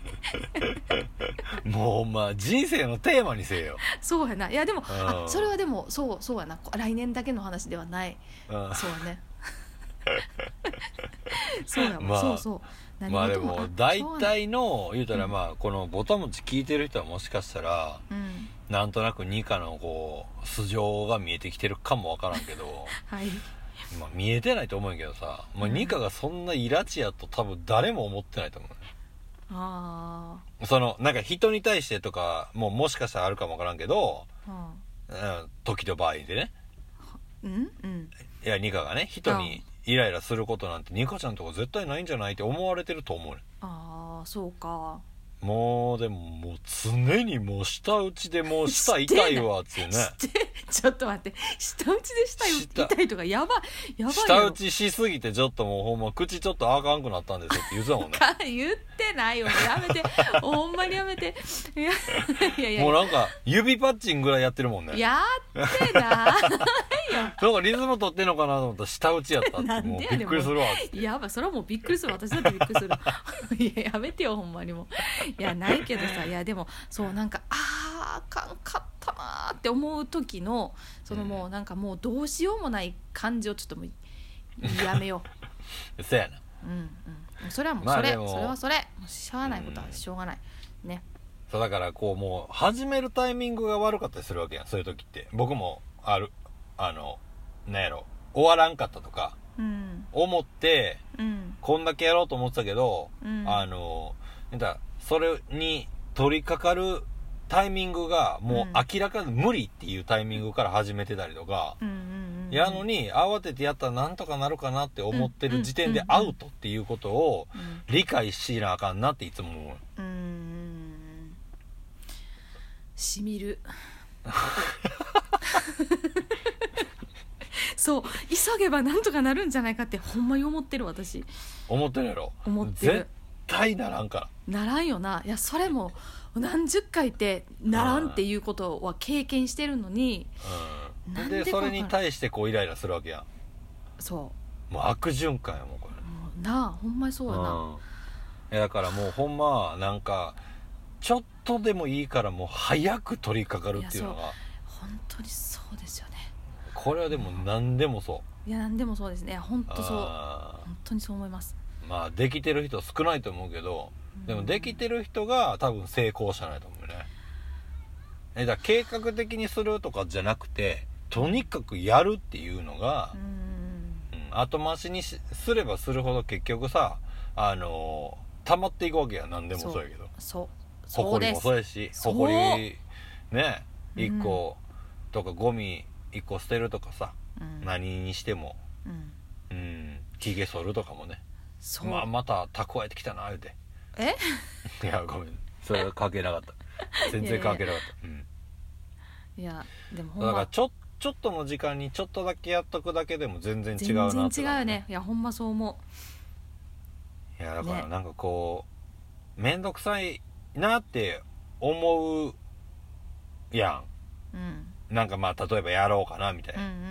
もうまあ人生のテーマにせよ。 そうやないやでもあそれはでもそうそうやな来年だけの話ではない。そうやねそうやもん、まあ、そうそう何まあでも大体の言うたらまあこのぼたもち聞いてる人はもしかしたら、うん、なんとなくニカのこう素性が見えてきてるかもわからんけどはいまあ、見えてないと思うんやけどさ、まあ、ニカがそんなイラチやと多分誰も思ってないと思うね。 あそのなんか人に対してとかももしかしたらあるかもわからんけど、はあうん、時と場合でね、 うんうん、 いやニカがね人にイライラすることなんてニカちゃんとか絶対ないんじゃないって思われてると思うね。 ああそうか。 もうでももう常にもう舌打ちでもう舌痛いわっつってねちょっと待って舌打ちで舌痛いとかやばいやばいよ舌打ちしすぎてちょっともうほんま口ちょっとあかんくなったんですよって言ってたもんね言ってないよやめてほんまにやめていやいやいやもうなんか指パッチンぐらいやってるもんねやってないよなんかリズム取ってんのかなと思ったら舌打ちやったってもうびっくりするわっつってやばいそれはもうびっくりする私だってびっくりするいややめてよほんまにもいやないけどさいやでもそうなんかあーあかんかったなって思う時のそのもうなんかもうどうしようもない感じをちょっともうやめようそやなうんうんそれはもうそれ、まあ、それはそれもうしょうがないことはしょうがないねそうだからこうもう始めるタイミングが悪かったりするわけやんそういう時って僕もあるあのなんやろ終わらんかったとか、うん、思って、うん、こんだけやろうと思ってたけど、うん、あのなんだそれに取り掛かるタイミングがもう明らかに無理っていうタイミングから始めてたりとか、うんうんうんうん、やのに慌ててやったらなんとかなるかなって思ってる時点でアウトっていうことを理解しなあかんなっていつも思う。うんうん、 しみるそう急げばなんとかなるんじゃないかってほんまに思ってる私思ってるやろ思ってる絶対ならんからならんよないやそれも何十回ってならんっていうことは経験してるのに、 うん、なんでそれに対してこうイライラするわけやんそうもう悪循環やもんこれもうなあほんまにそうやな、うん、 いやだからもうほんまなんかちょっとでもいいからもう早く取り掛かるっていうのが本当にそうですよねこれはでも何でもそういや何でもそうですね本当そう本当にそう思いますまあできてる人少ないと思うけどでもできてる人が多分成功者ないと思うねえだから計画的にするとかじゃなくてとにかくやるっていうのが、うんうん、後回しに し, すればするほど結局さあのー、溜まっていくわけや何でもそうやけどそうほこりもそうやしほこりねいっこ、うん、とかゴミいっこ捨てるとかさ、うん、何にしてもうん、うん、ひげ剃るとかもねまあ、また蓄えてきたな言うてえいやごめんそれは関係なかった全然関係なかったいやいや、うん、いやでもほんまだからちょちょっとの時間にちょっとだけやっとくだけでも全然違うなって、 全然違うよねいやほんまそう思ういやだからなんかこう面倒、ね、くさいなって思うやん、うん、なんかまあ例えばやろうかなみたいな、うんうんうんうん、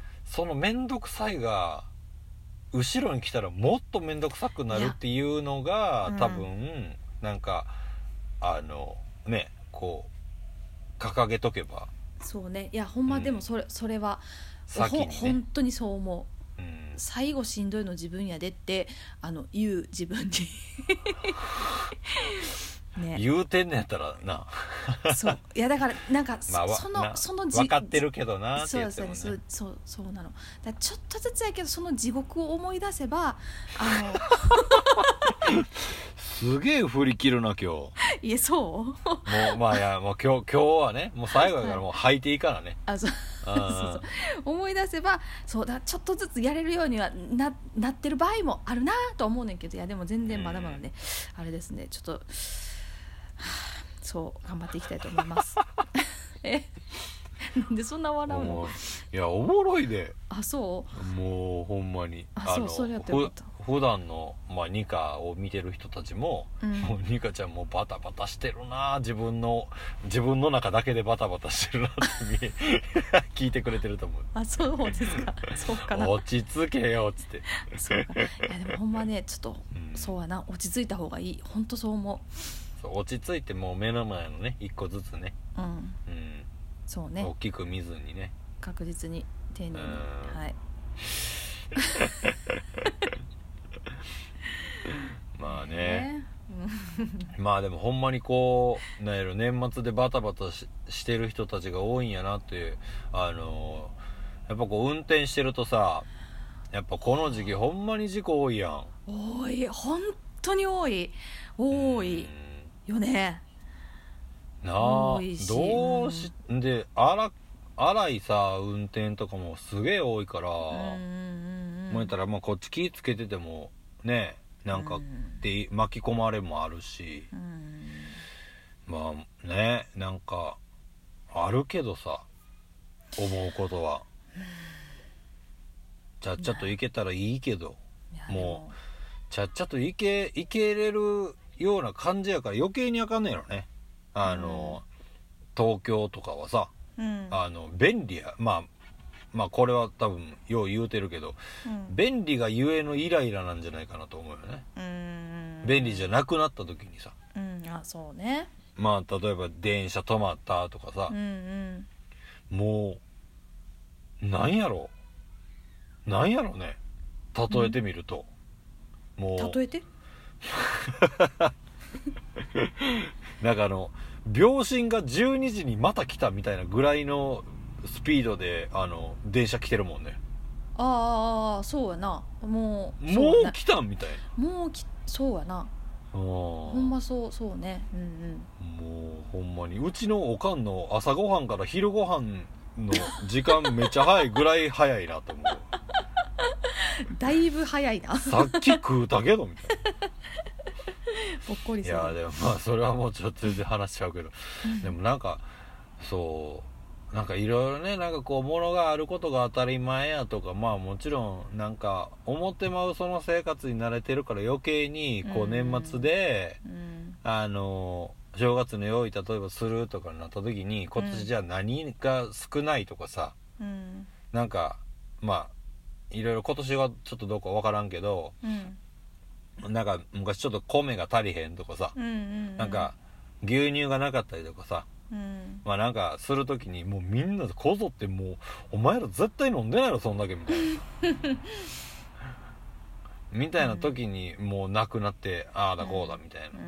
その面倒くさいが後ろに来たらもっと面倒くさくなるっていうのが多分、うん、なんかあのねこう掲げとけばそうねいやほんまでもそれ、うん、それは先に、ね、本当にそう思う、うん、最後しんどいの自分やでってあの言う自分にね、言うてんねやったらなそういやだからなんか、まあ、そのその分かってるけどなって言ってもねそうそうそうなのだちょっとずつやけどその地獄を思い出せばあのすげえ振り切るな今日いやそうもうまあいやもう今日今日はねもう最後やからもう吐いていいからねあそうそうそう思い出せばそうだちょっとずつやれるようには な, なってる場合もあるなと思うねんけどいやでも全然まだまだね、うん、あれですねちょっとそう頑張っていきたいと思いますえなんでそんな笑うのいやおもろいであそうもうほんまにあそうそれやってよかった普段の、まあ、ニカを見てる人たちも、うん、もうニカちゃんもバタバタしてるな自分の自分の中だけでバタバタしてるなって聞いてくれてると思うあそうですかそうかな落ち着けよっつってそうかいやでもほんまねちょっと、うん、そうやな落ち着いた方がいいほんとそう思うそう落ち着いてもう目の前のね一個ずつねうん、うん、 そうね大きく見ずにね確実に丁寧にはいまあねまあでもほんまにこうなんやろ年末でバタバタ し, してる人たちが多いんやなってあのー、やっぱこう運転してるとさやっぱこの時期ほんまに事故多いやん多い本当に多い多いよねなあどうし、うん、で荒荒いさ運転とかもすげえ多いからもう言ったらまあこっち気つけててもねなんかで巻き込まれもあるし、うん、まあね、なんかあるけどさ、思うことはちゃっちゃと行けたらいいけど、もうちゃっちゃと行け行けれるような感じやから余計にあかんねやろね。あの、うん、東京とかはさ、うん、あの便利や、まあまあこれは多分よう言うてるけど、うん、便利がゆえのイライラなんじゃないかなと思うよね。うん、便利じゃなくなった時にさ、 うん、あ、そうね。 まあ例えば電車止まったとかさ、うんうん、もうなんやろなんやろね、例えてみると、うん、もう例えてなんかあの秒針がじゅうにじにまた来たみたいなぐらいのスピードであの電車来てるもんね。 ああ、そうやな。もうもう来たみたいな。もうきそうやな。ほんまそうそうね。うんうん。もうほんまにうちのおかんの朝ごはんから昼ごはんの時間めっちゃ早いぐらい早いなと思う。 だいぶ早いな。 さっき食うたけどみたいな。 ぼっこりする。 いやでもまあそれはもうちょっと全然話しちゃうけど、うん、でもなんかそうなんかいろいろね、なんかこう物があることが当たり前やとか、まあもちろんなんか思ってまうその生活に慣れてるから余計にこう年末で、うん、あの正月の用意例えばするとかになった時に今年じゃあ何が少ないとかさ、うん、なんかまあいろいろ今年はちょっとどうか分からんけど、うん、なんか昔ちょっと米が足りへんとかさ、うんうんうん、なんか牛乳がなかったりとかさ、うん、まあなんかするときにもうみんなでこぞってもうお前ら絶対飲んでないのそんだけみたいなみたいな時にもうなくなって、うん、ああだこうだみたいな、うんうん、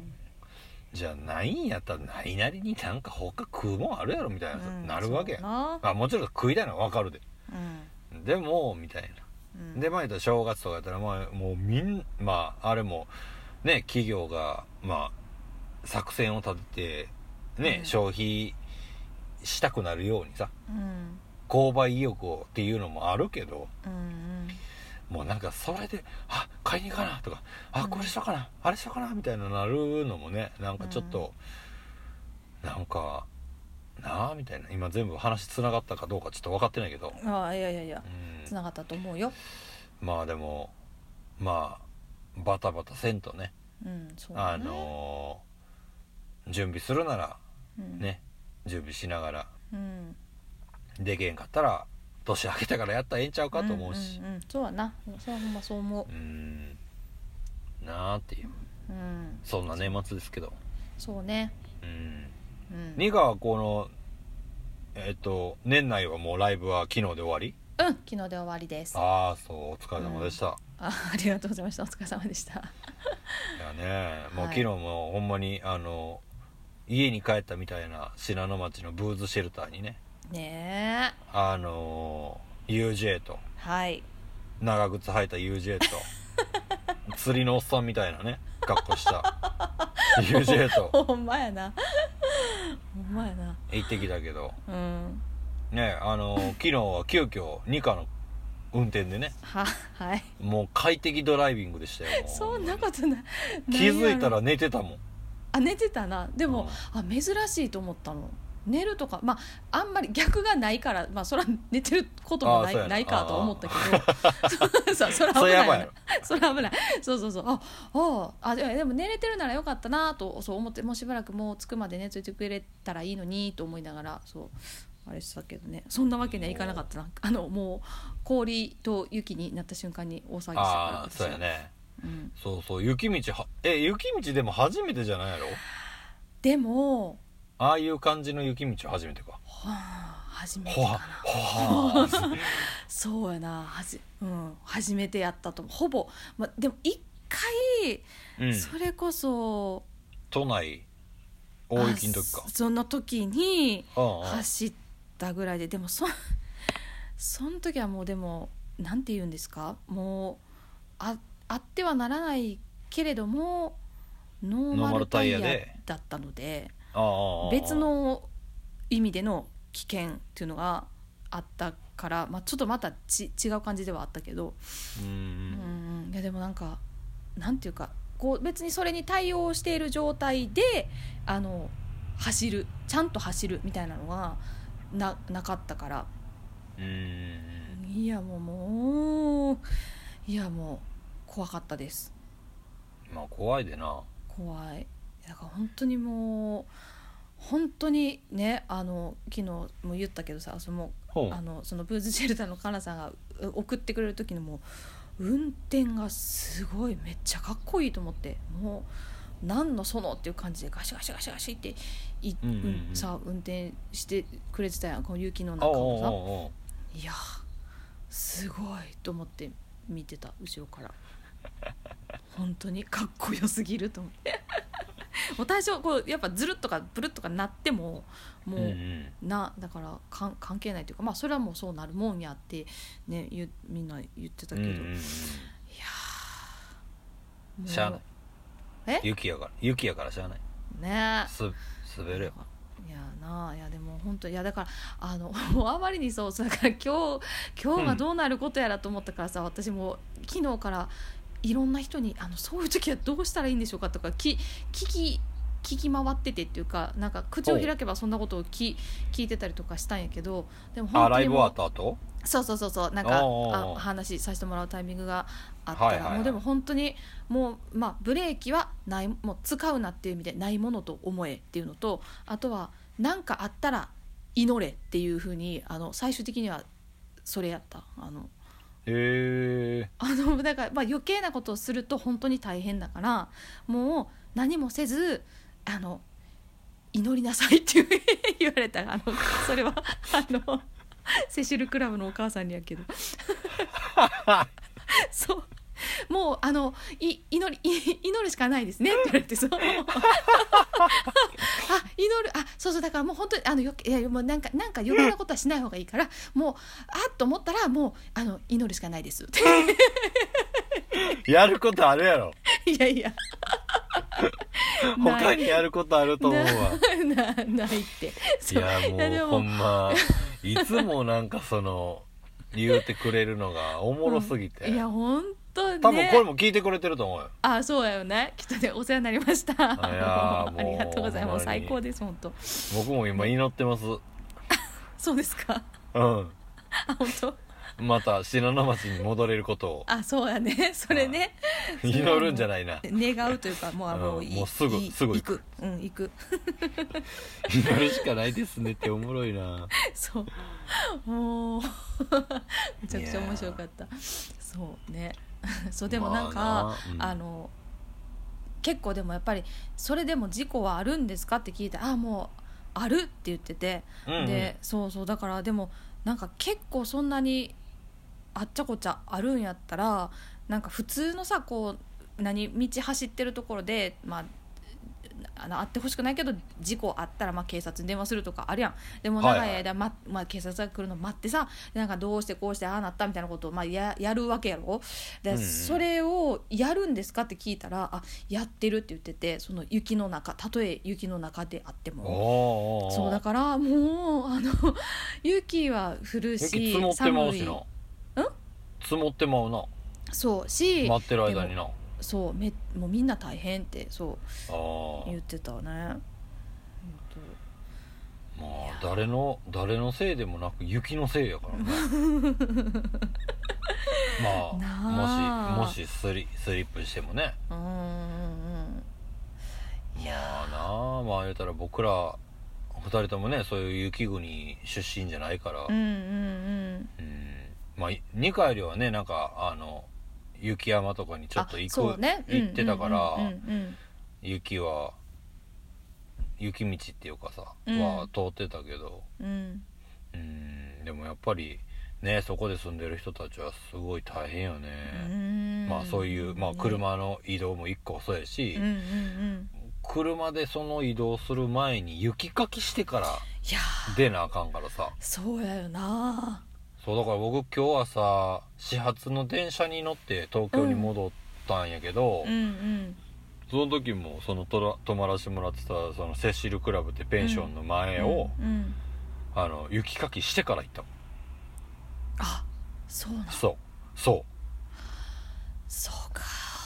じゃあないんやったらないなりになんか他食うもんあるやろみたいな、うん、なるわけや。まあもちろん食いたいのは分かるで、うん、でもみたいな、うん、でまあ言ったら正月とかやったらまあもうみんまああれもね企業がまあ作戦を立ててね、うん、消費したくなるようにさ、うん、購買意欲をっていうのもあるけど、うんうん、もうなんかそれであ買いに行かなとかあこれしようかな、うん、あれしようかなみたいななるのもねなんかちょっと、うん、なんかなあみたいな。今全部話つながったかどうかちょっと分かってないけど、 あいやいやいや、うん、つながったと思うよ。 まあでもまあバタバタせんとね、 うんそうね、 あのー、準備するならね、うん、準備しながら、うん、でけんかったら年明けてからやったらええんちゃうかと思うし、 うんうんうん、そうやな、それはほんまそう思う、 うんなあっていう、うん、そんな年末ですけど、 そうね、 うんうん、ニガはこのえっと年内はもうライブは昨日で終わり？ うん昨日で終わりです。 ああそうお疲れ様でした、うん、 あ, ありがとうございました。お疲れ様でした。いやねもう昨日もほんまにあの家に帰ったみたいな信濃町のブーズシェルターにねねえあの ユージェー と、 はい、 長靴履いた ユージェー と釣りのおっさんみたいなね格好したユージェー とほんまやなほんまやな行ってきたけど、うんねあの昨日は急遽ニカの運転でねは、はい、 もう快適ドライビングでしたよ。 そんなことない。 気づいたら寝てたもん。 あ寝てたな。でも、うん、あ珍しいと思ったの。寝るとかまああんまり逆がないからまあそら寝てることもないないかと思ったけどそそれ危ないなそれ危ないそうそうそうあああでも寝れてるならよかったなとそう思ってもうしばらくもう着くまで寝ついてくれたらいいのにと思いながらそうあれしたけどねそんなわけにはいかなかったな。あのもう氷と雪になった瞬間に大騒ぎしたから。 あそうやね、うん、そうそう雪道はえ雪道でも初めてじゃないやろ。 でもああいう感じの雪道初めてか。 はあ、初めてかな。はあ、はあ、そうやなはじ、うん、初めてやったと思うほぼ、ま、でも一回、うん、それこそ都内大雪の時かその時に走ったぐらいで、でもそその時はもうでもなんて言うんですかもう あ, あってはならないけれどもノーマルタイヤだったので別の意味での危険っていうのがあったから、まあ、ちょっとまたち違う感じではあったけどうんうんいやでもなんかなんていうかこう別にそれに対応している状態であの走るちゃんと走るみたいなのが な, なかったから、 うーんいやもうもういやもう怖かったです。 まあ怖いでな。 怖い。だから本当にもう本当にね、あの昨日も言ったけどさ、そのあのそのブーズシェルターのカナさんが送ってくれる時のもう運転がすごいめっちゃかっこいいと思って、もう何のそのっていう感じでガシガシガシガシってい、うんうんうん、さ運転してくれてたやん、この雪の中をさ。おうおうおう、いやすごいと思って見てた後ろから本当にかっこよすぎると思ってもう最初こうやっぱズルッとかブルッとかなってももう、うんうん、なだからかん関係ないというか、まあそれはもうそうなるもんやってねゆみんな言ってたけど、うんうんうん、いやもうしゃあない、え雪やから雪やからしゃあないね、 す滑るよ。 いやないやでも本当いやだからあのもうあまりにそうだから今日今日がどうなることやらと思ったからさ、うん、私も昨日からいろんな人にあのそういう時はどうしたらいいんでしょうかとかき聞き聞き回っててっていうか、なんか口を開けばそんなことをき聞いてたりとかしたんやけど、でも本当にもうあライブ終わった後そうそうそうそうなんかあ話させてもらうタイミングがあったら、はいはいはい、もうでも本当にもう、まあ、ブレーキはないもう使うなっていう意味でないものと思えっていうのと、あとは何かあったら祈れっていう風にあの最終的にはそれやったあのへあのだから、まあ、余計なことをすると本当に大変だからもう何もせずあの祈りなさいって言われた。あのそれはあのセシルクラブのお母さんにやけどそうもうあのい祈り祈るしかないですねって言われてそうあ祈るあそうそうだからもう本当にあのよいやもうなんかなんか余計なことはしない方がいいからもうあっと思ったらもうあの祈るしかないですってやることあるやろ。 いやいや他にやることあると思うわ。 な, な, ないっていやもうほんまいつもなんかその言うてくれるのがおもろすぎて、 うん、いやほんとね多分これも聞いてくれてると思うよ。 あそうやよねきっとね。お世話になりました。いやありがとうございます。最高です本当。 僕も今祈ってます。 そうですか。 うん。 あ本当。 また信濃町に戻れることを。 あそうやねそれね。 祈るんじゃないな。 願うというかもうあの、 うん、もうすぐすぐ行く。うん行く。 祈るしかないですねっておもろいな。 そうもうめちゃくちゃ面白かった。そうね。そうでもなんか、まあうん、あの結構でもやっぱりそれでも事故はあるんですかって聞いてあもうあるって言ってて、うんうん、でそうそうだからでもなんか結構そんなにあっちゃこっちゃあるんやったらなんか普通のさこう何道走ってるところでまああのあってほしくないけど事故あったらまあ警察に電話するとかあるやん。でも長い間、はいはいままあ、警察が来るの待ってさなんかどうしてこうしてああなったみたいなことをまあ や, やるわけやろで、うんうん、それをやるんですかって聞いたらあやってるって言っててその雪の中たとえ雪の中であってもそうだからもうあの雪は降るし雪積もってまうしな。 うん積もってまうな。 そうし待ってる間になそうめもうみんな大変ってそう言ってたね。 まあ誰の誰のせいでもなく雪のせいやからねまあもしもしスリ、スリップしてもねうんうんまあなあまあ言うたら僕らふたりともねそういう雪国出身じゃないからうんうんうん、うん、まあにかいよりはねなんかあの雪山とかにちょっと行く、ね、行ってたから、うんうんうんうん、雪は雪道っていうかさ、うん、は通ってたけど、うん、うんでもやっぱりねそこで住んでる人たちはすごい大変よね。うんまあそういう、まあ、車の移動も一個そうやし、うんうんうん、車でその移動する前に雪かきしてから出なあかんからさ。 そうやよな。 そうだから僕今日はさ始発の電車に乗って東京に戻ったんやけど、うんうんうん、その時もそのとら泊まらせてもらってたそのセシルクラブってペンションの前を、うんうんうん、あの雪かきしてから行ったの。 あそうなの。 そうそうそうか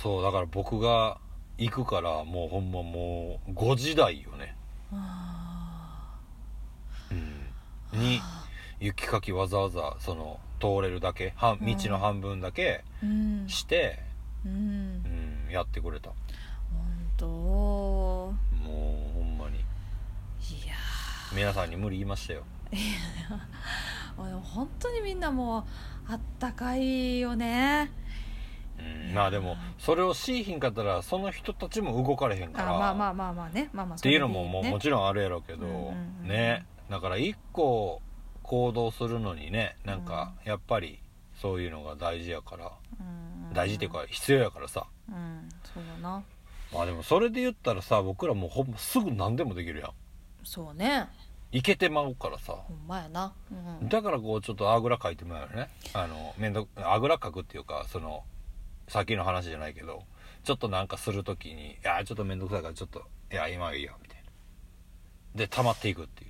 そうだから僕が行くからもうほんまもうごじ台よね。 あうんに雪かきわざわざその通れるだけ道の半分だけして、 うんうんうん、やってくれた。 本当もうほんまにいや皆さんに無理言いましたよ。 いやでも本当にみんなもうあったかいよね。 うん、まあでもそれをしいひんかったらその人たちも動かれへんからあまあまあまあまあね、まあまあっていうのももうもちろんあるやろうけど、 うんうんうん、 ねだから一個行動するのにねなんかやっぱりそういうのが大事やから、 うん、 大事っていうか必要やからさ、 うん、そうだな。 まあでもそれで言ったらさ僕らもうほんますぐ何でもできるやん。 そうね、 いけてまうからさ、 ほんまやな、うん、 だからこうちょっとあぐらかいてまうよね。あのめんどあぐらかくっていうかそのさっきの話じゃないけどちょっとなんかするときにいやちょっとめんどくさいからちょっといや今はいいやみたいなで溜まっていくっていう。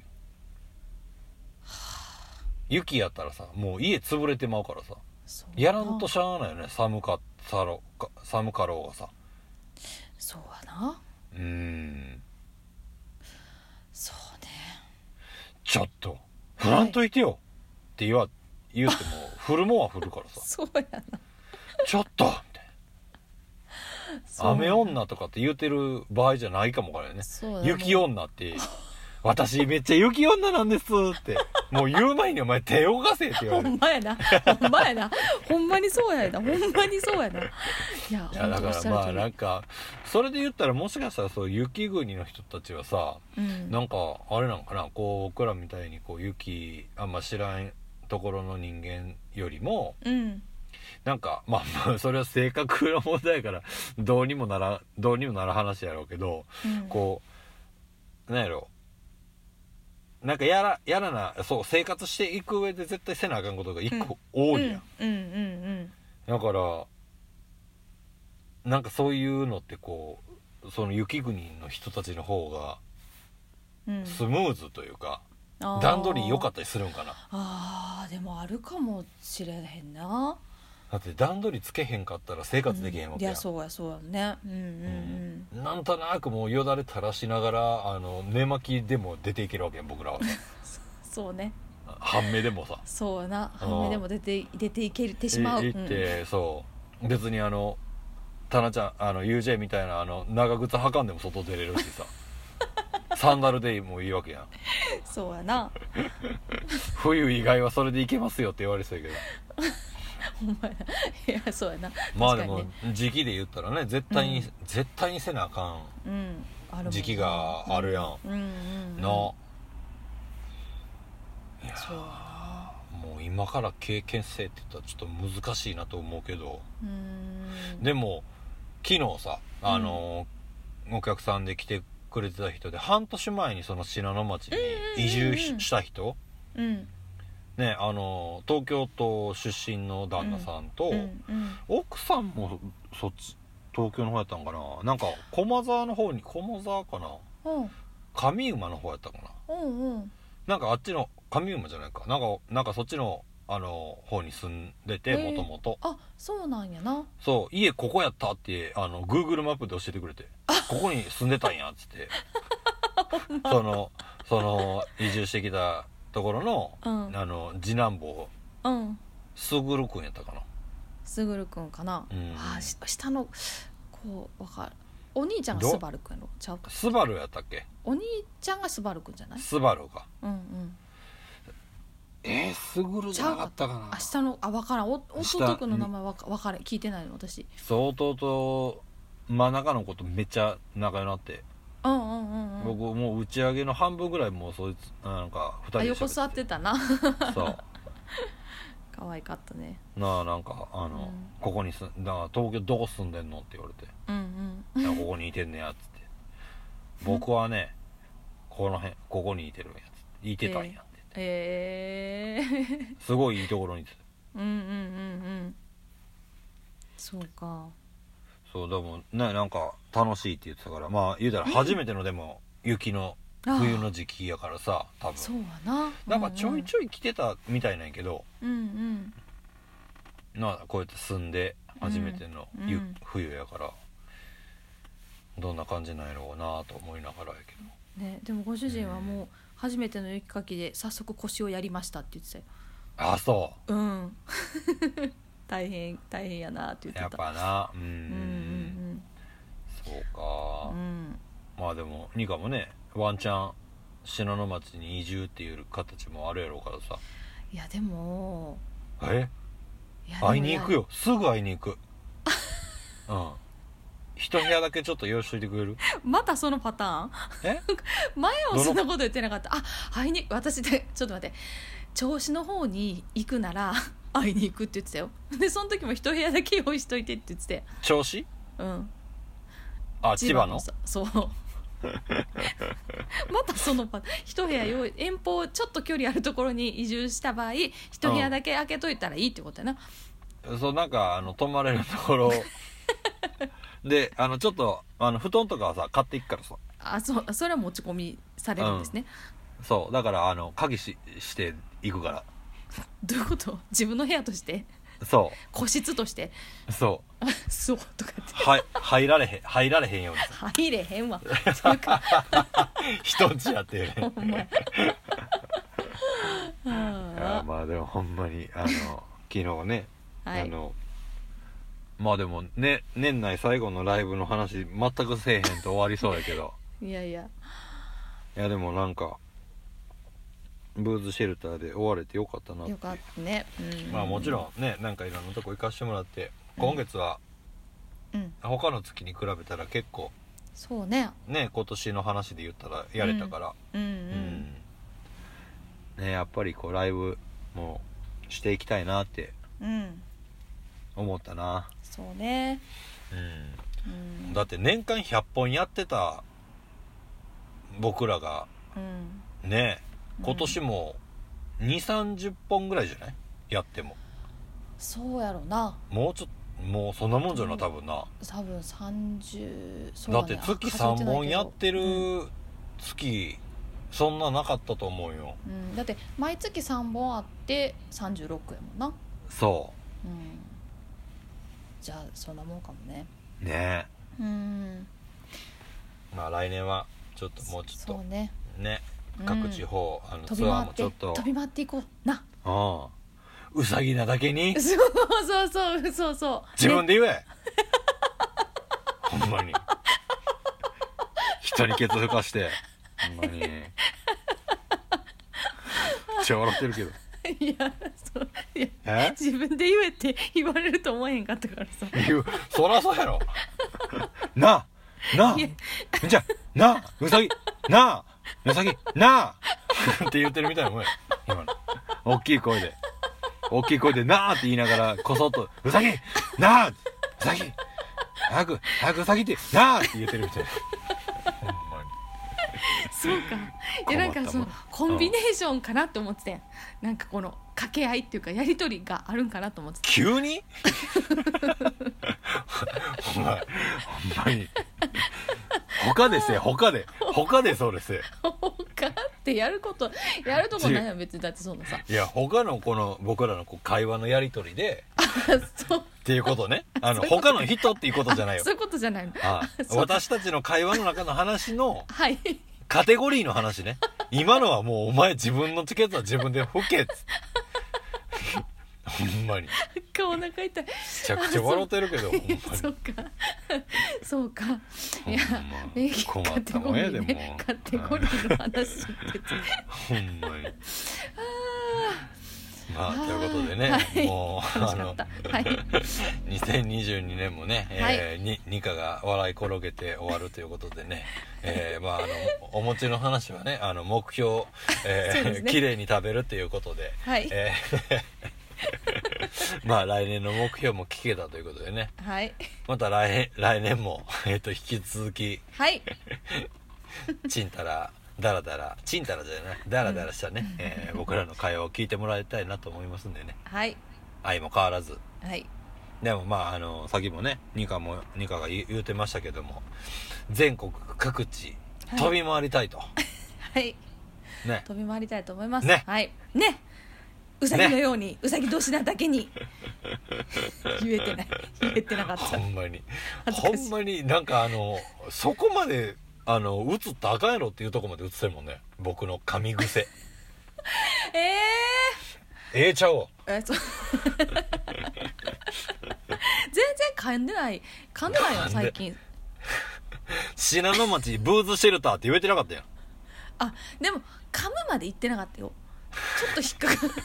雪やったらさもう家潰れてまうからさやらんとしゃあないよね。寒かったろか寒かろうがさ。 そうやな。 うーんそうね。 ちょっと降らんといてよ、はい、って言わ言うても降るもんは降るからさそうやなちょっとみたいな雨女とかって言うてる場合じゃないかもからね。雪女って私めっちゃ雪女なんですってもう言う前にお前手を動かせって言われる。 ほんまやなほんまやなほんまにそうやなほんまにそうやな。いや、 いやだからまあなんかそれで言ったらもしかしたらそう雪国の人たちはさ、うん、なんかあれなんかなこう僕らみたいにこう雪あんま知らんところの人間よりも、うん、なんかまあそれは性格の問題やからどうにもならどうにもなる話やろうけど、うん、こうなんやろなんかやらやらなそう生活していく上で絶対せなあかんことが一個多いやん、うんうんうんうん、だからなんかそういうのってこうその雪国の人たちの方がスムーズというか、うん、段取り良かったりするんかな。 あーでもあるかもしれへんな。 だって段取りつけへんかったら生活できへんわけやん、 うん、いやそうやそうやね、うんうんうん、なんとなくもうよだれ垂らしながらあの寝巻きでも出ていけるわけやん僕らはそうね半目でもさそうやな半目でも出て出ていけてしまういって、うん、そう別にあのタナちゃんあの ユージェー みたいなあの長靴履かんでも外出れるしさサンダルでもいいわけやんそうやな冬以外はそれでいけますよって言われてたけどほんまやいやそうやな。 まあでも時期で言ったらね絶対に、うん、絶対にせなあかん時期があるやん、うんうんうん、のいやそうやなもう今から経験性って言ったらちょっと難しいなと思うけどうんでも昨日さあの、うん、お客さんで来てくれてた人で半年前にその信濃町に移住した人、うんうんうんね、あの東京都出身の旦那さんと、うんうんうん、奥さんもそっち東京の方やったんかななんか駒沢の方に駒沢かな、うん、上馬の方やったかな、うんうん、なんかあっちの上馬じゃないかなんかなんかそっちのあの方に住んでてもともとあそうなんやなそう家ここやったってあの Google マップで教えてくれてここに住んでたんやっつってそのその移住してきたところの、うん、あの次男坊、うん、すぐるくんやったかなすぐるくんかな、うん、あ下のこうわかるお兄ちゃんがスバルくんやろちゃうかスバルやったっけお兄ちゃんがスバルくんじゃないスバルかうんうんえー、すぐるじゃなかったかなあ下のあ分からんお弟くんの名前わか分からん聞いてないの私そう弟真ん中の子とめっちゃ仲良くなってうんうんうんうん、僕もう打ち上げの半分ぐらいもうそいつなんかふたりで横座ってたなそう可愛かったねなあなんかあの、うん、ここにすだから東京どこ住んでんのって言われて、うんうん、ここにいてんねやっつって僕はねこの辺ここにいてるんやつっていてたんやって言って、えー、すごいいいところにいてたうんうんうんうんそうかそうでもねなんか楽しいって言ってたからまあ言うたら初めてのでも雪の冬の時期やからさ多分そうやななんかちょいちょい来てたみたいなんやけどうんうんなこうやって住んで初めての、ゆうん、 冬やからどんな感じなんやろうなと思いながらやけど、 ね、でもご主人はもう初めての雪かきで早速腰をやりましたって言ってたよ。 あ、そうん大変大変やなって言ってた。 うやっぱな、うん、 うんうんそうか、 うんうんまあでもニカもねワンチャン信濃町に移住っていう形もあるやろうからさ。 いやでもえいやでも会いに行くよ、すぐ会いに行くうん一部屋だけちょっと用意しといてくれる？ またそのパターンえ前もそんなこと言ってなかった。あ、会いに私でちょっと待って、銚子の方に行くなら会いに行くって言ってたよ。でその時も一部屋だけ用意しといてって言ってて、 銚子？ うんあ、千葉の？ さそうまたそのパターン、一部屋用意、遠方ちょっと距離あるところに移住した場合一部屋だけ開けといたらいいってことやな、 うん、そうなんかあの泊まれるところであのちょっとあの布団とかはさ買っていくからさ。 あ、そうそれは持ち込みされるんですね、 うん、そうだからあの鍵ししていくから。 どういうこと？自分の部屋として？ そ個室としてうそうそうとかっては入られへん入られへんように入れへんわそういうか人んちやってるねほんまやいやまあでもほんまにあの昨日ね、 はい、 あのまあでもね年内最後のライブの話全くせえへんと終わりそうやけどいやいやいやでもなんかブーズシェルターで終われてよかったなって。 よかったね、うん、 まあもちろんねなんかいろんなとこ行かしてもらって、うん、今月は、うん、他の月に比べたら結構そうねね今年の話で言ったらやれたから、 うんうんうんうん、ねやっぱりこうライブもしていきたいなって思ったな、 うん、そうね、 うんうん、だって年間ひゃっぽんやってた僕らが、うん、ね今年もにじゅうさんじゅっぽんぐらいじゃない？やってもそうやろな。 もうちょっともうそんなもんじゃな多分な。 多分さんじゅうそうだ、ね、だって月さんぼんやってる月、うん、そんななかったと思うよ、 うん、だって毎月さんぼんあってさんじゅうろくやもんな。 そう、 うん、じゃあそんなもんかもね。 ねえうんまあ来年はちょっともうちょっとそうねね各地方、うん、あのツアーもちょっと飛び回っていこうな。 ああうさぎなだけにそうそうそうそうそう自分で言え、ね、ほんまに人にケツ吹かしてほんまにめっちゃ笑ってるけどいやそういやえ自分で言えって言われると思えへんかったからさ。 言うそらそうやろなあなあじゃあなあうさぎなあうさぎなあって言ってるみたいなもんや今の大きい声で大きい声でなあって言いながらこそっとうさぎなあうさぎ早く早くうさぎってなあって言ってるみたいなほんまにそうかいやなんかそのコンビネーションかなって思ってて、なんかこの掛け合いっていうかやり取りがあるんかなと思ってて急にほんまほんまに他でせえ他で他でそれせえ他ってやることやるとこないよ別に。だってそんなさいや他のこの僕らのこう会話のやり取りでそうっていうことねあの他の人っていうことじゃないよそういうことじゃないのああ私たちの会話の中の話のはいカテゴリーの話ね。今のはもうお前自分のチケットは自分で吹けっつってほんまにお腹痛い。めちゃくちゃ笑ってるけどほんまにそうかそうかいやメギ困ったもんやでもカテゴリーの話ってほんまにまあということでね、はい、もうあの、はい、にせんにじゅうにねんもね、はいえー、にニカが笑い転げて終わるということでね、えー、まああのお餅の話はねあの目標、えーね、綺麗に食べるということで、はいえー、まあ来年の目標も聞けたということでね、はい、また来, 来年も、えー、と引き続き、はい、ちんたらだらだらちんたらじゃないだらだらしたね、うんえー、僕らの会話を聞いてもらいたいなと思いますんでね、はい、愛も変わらず、はい、でもまああのさっきもねニカもニカが言うてましたけども全国各地飛び回りたいと、はい、 ね、飛び回りたいと思いますね、 はいねうさぎのように、ね、うさぎ年なだけに言えてない言えてなかった。 ほんまにほんまになんかあのそこまであの映ったらあかんやろっていうとこまで映ってるもんね、僕の噛み癖えーええちゃおうえそう全然噛んでない噛んでないよ最近。 信濃町ブーズシェルターって言えてなかったやん。 あでも噛むまで言ってなかったよ、ちょっと引っかかる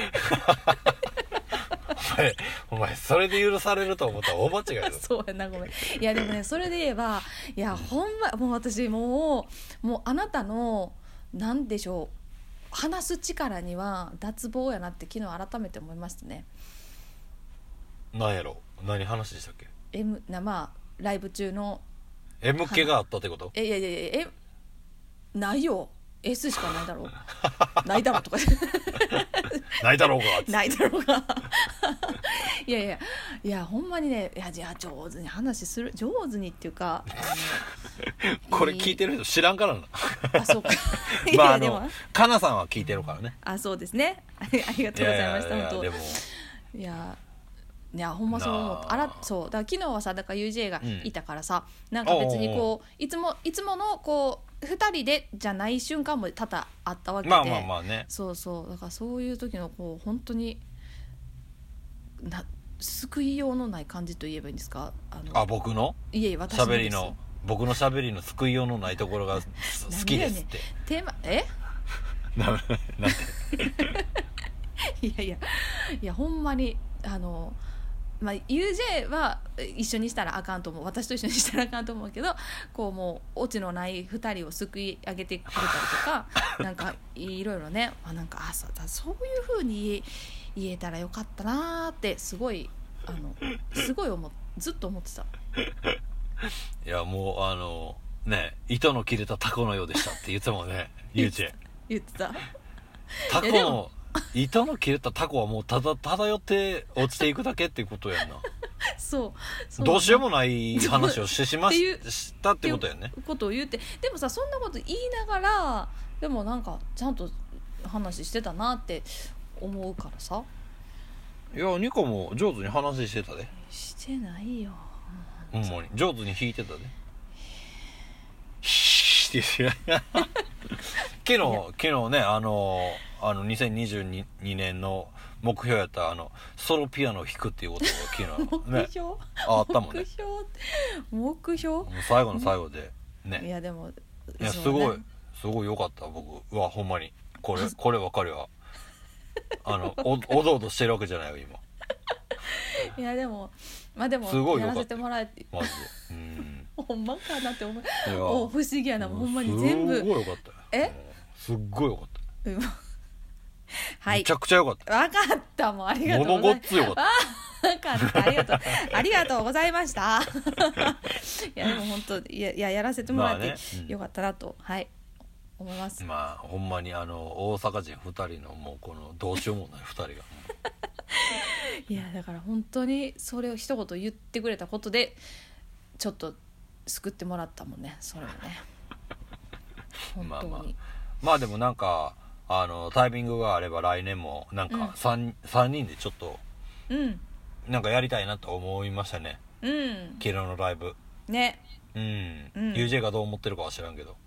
お前お前それで許されると思ったら大間違いだそうやな、ごめん。いやでもねそれで言えばいやほんまもう私もうもうあなたのなんでしょう話す力には脱帽やなって昨日改めて思いましたね。 なんやろ何話でしたっけ。 M なまあライブ中の M 気があったってこと。 えいやいやいやえないよ S しかないだろうないだろうとかないだろうがないだろうがいやいやいやほんまにねいやじゃあ上手に話する上手にっていうかあのこれ聞いてる人知らんからなあそうかまああのかなさんは聞いてるからね。 あそうですねありがとうございました。 いやいやいや本当でもいやいやほんまそう思ったあらそうだから昨日はさだから ユージェー がいたからさ、うん、なんか別にこういつもいつものこうふたりでじゃない瞬間も多々あったわけで、 まあまあまあね、 そうそうだからそういう時のこう本当にな救いようのない感じと言えばいいんですか。あのあ僕のいえいえ私の喋りの僕の喋りの救いようのないところが好きですって。 テーマえなんていやいやいやほんまにあのまあ、ユージェー は一緒にしたらあかんと思う私と一緒にしたらあかんと思うけどこうもうオチのないふたりを救い上げてくれたりとかなんかいろいろねあなんかあそうだそういう風に言えたらよかったなってすごいあのすごい思ずっと思ってた。 いやもうあのね糸の切れたタコのようでしたって言ってたもんねユージェー言ってたタコの糸の切れたタコはもうただ漂って落ちていくだけっていうことやんなそうそうどうしようもない話をしてしまししたってことやね。 っていうことを言ってでもさそんなこと言いながらでもなんかちゃんと話してたなって思うからさ。 いやニコも上手に話してたで。 してないよほんまに上手に弾いてたで。ヒーって言って昨日昨日ねあのあのにせんにじゅうにねんの目標やったあのソロピアノを弾くっていうことが昨日、ね、 目標あ, あったもんね。 目標目標最後の最後でね。 いやでもいやすごいすごい良かった僕うわほんまにこれこれ分かるわあの お, おどおどしてるわけじゃないよ今。 いやでもまあでもすごいやらせてもらえてマジでうんほんまかなって思う。お不思議やなほんまに全部すごい良かったよ。 えすっごい良かった、 うんはい、 めちゃくちゃ良かった。 分かったもうありがとうございます。 ものごっつ良かった。 あ分かったありがとうありがとうございましたいやでも本当いやいややらせてもらって、ねうん、よかったなとはい思います。 まあほんまにあの大阪人ふたりのもうこのどうしようもないふたりがいやだから本当にそれを一言言ってくれたことでちょっと救ってもらったもんねそれもね本当にまあまあまあでもなんかあのタイミングがあれば来年もなんか 3,、うん、さんにんでちょっと、うん、なんかやりたいなと思いましたね、うん、昨日のライブね、うんうん、ユージェー がどう思ってるかは知らんけど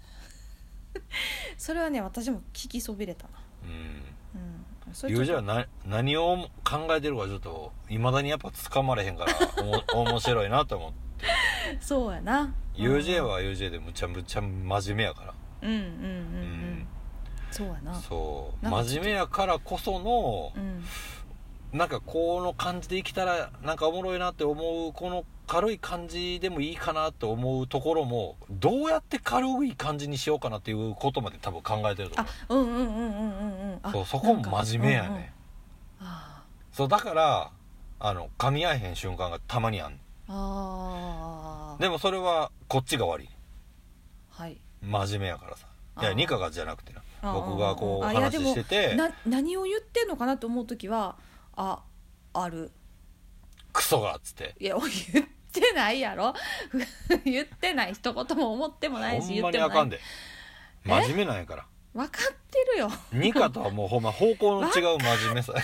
それはね私も聞きそびれたな、 うんうん、ユージェー はな何を考えてるかちょっといまだにやっぱつかまれへんからお面白いなと思ってそうやなユージェー は ユージェー でむちゃむちゃ真面目やからうんうんうんうん、うんそうやなそう真面目やからこその、うん、なんかこの感じで生きたらなんかおもろいなって思うこの軽い感じでもいいかなって思うところもどうやって軽い感じにしようかなっていうことまで多分考えてると思う。あうんうんうんうんうんうんそうそこも真面目やね、うんうん、あそうだからあの噛み合えへん瞬間がたまにあんあでもそれはこっちが悪い、はい、真面目やからさいやニカがじゃなくてな僕がこう話しててな何を言ってんのかなと思う時はああるクソがっつっていや言ってないやろ言ってない一言も思ってもないしほんまにあかんで真面目なんやから分かってるよニカとはもうほんま方向の違う真面目さ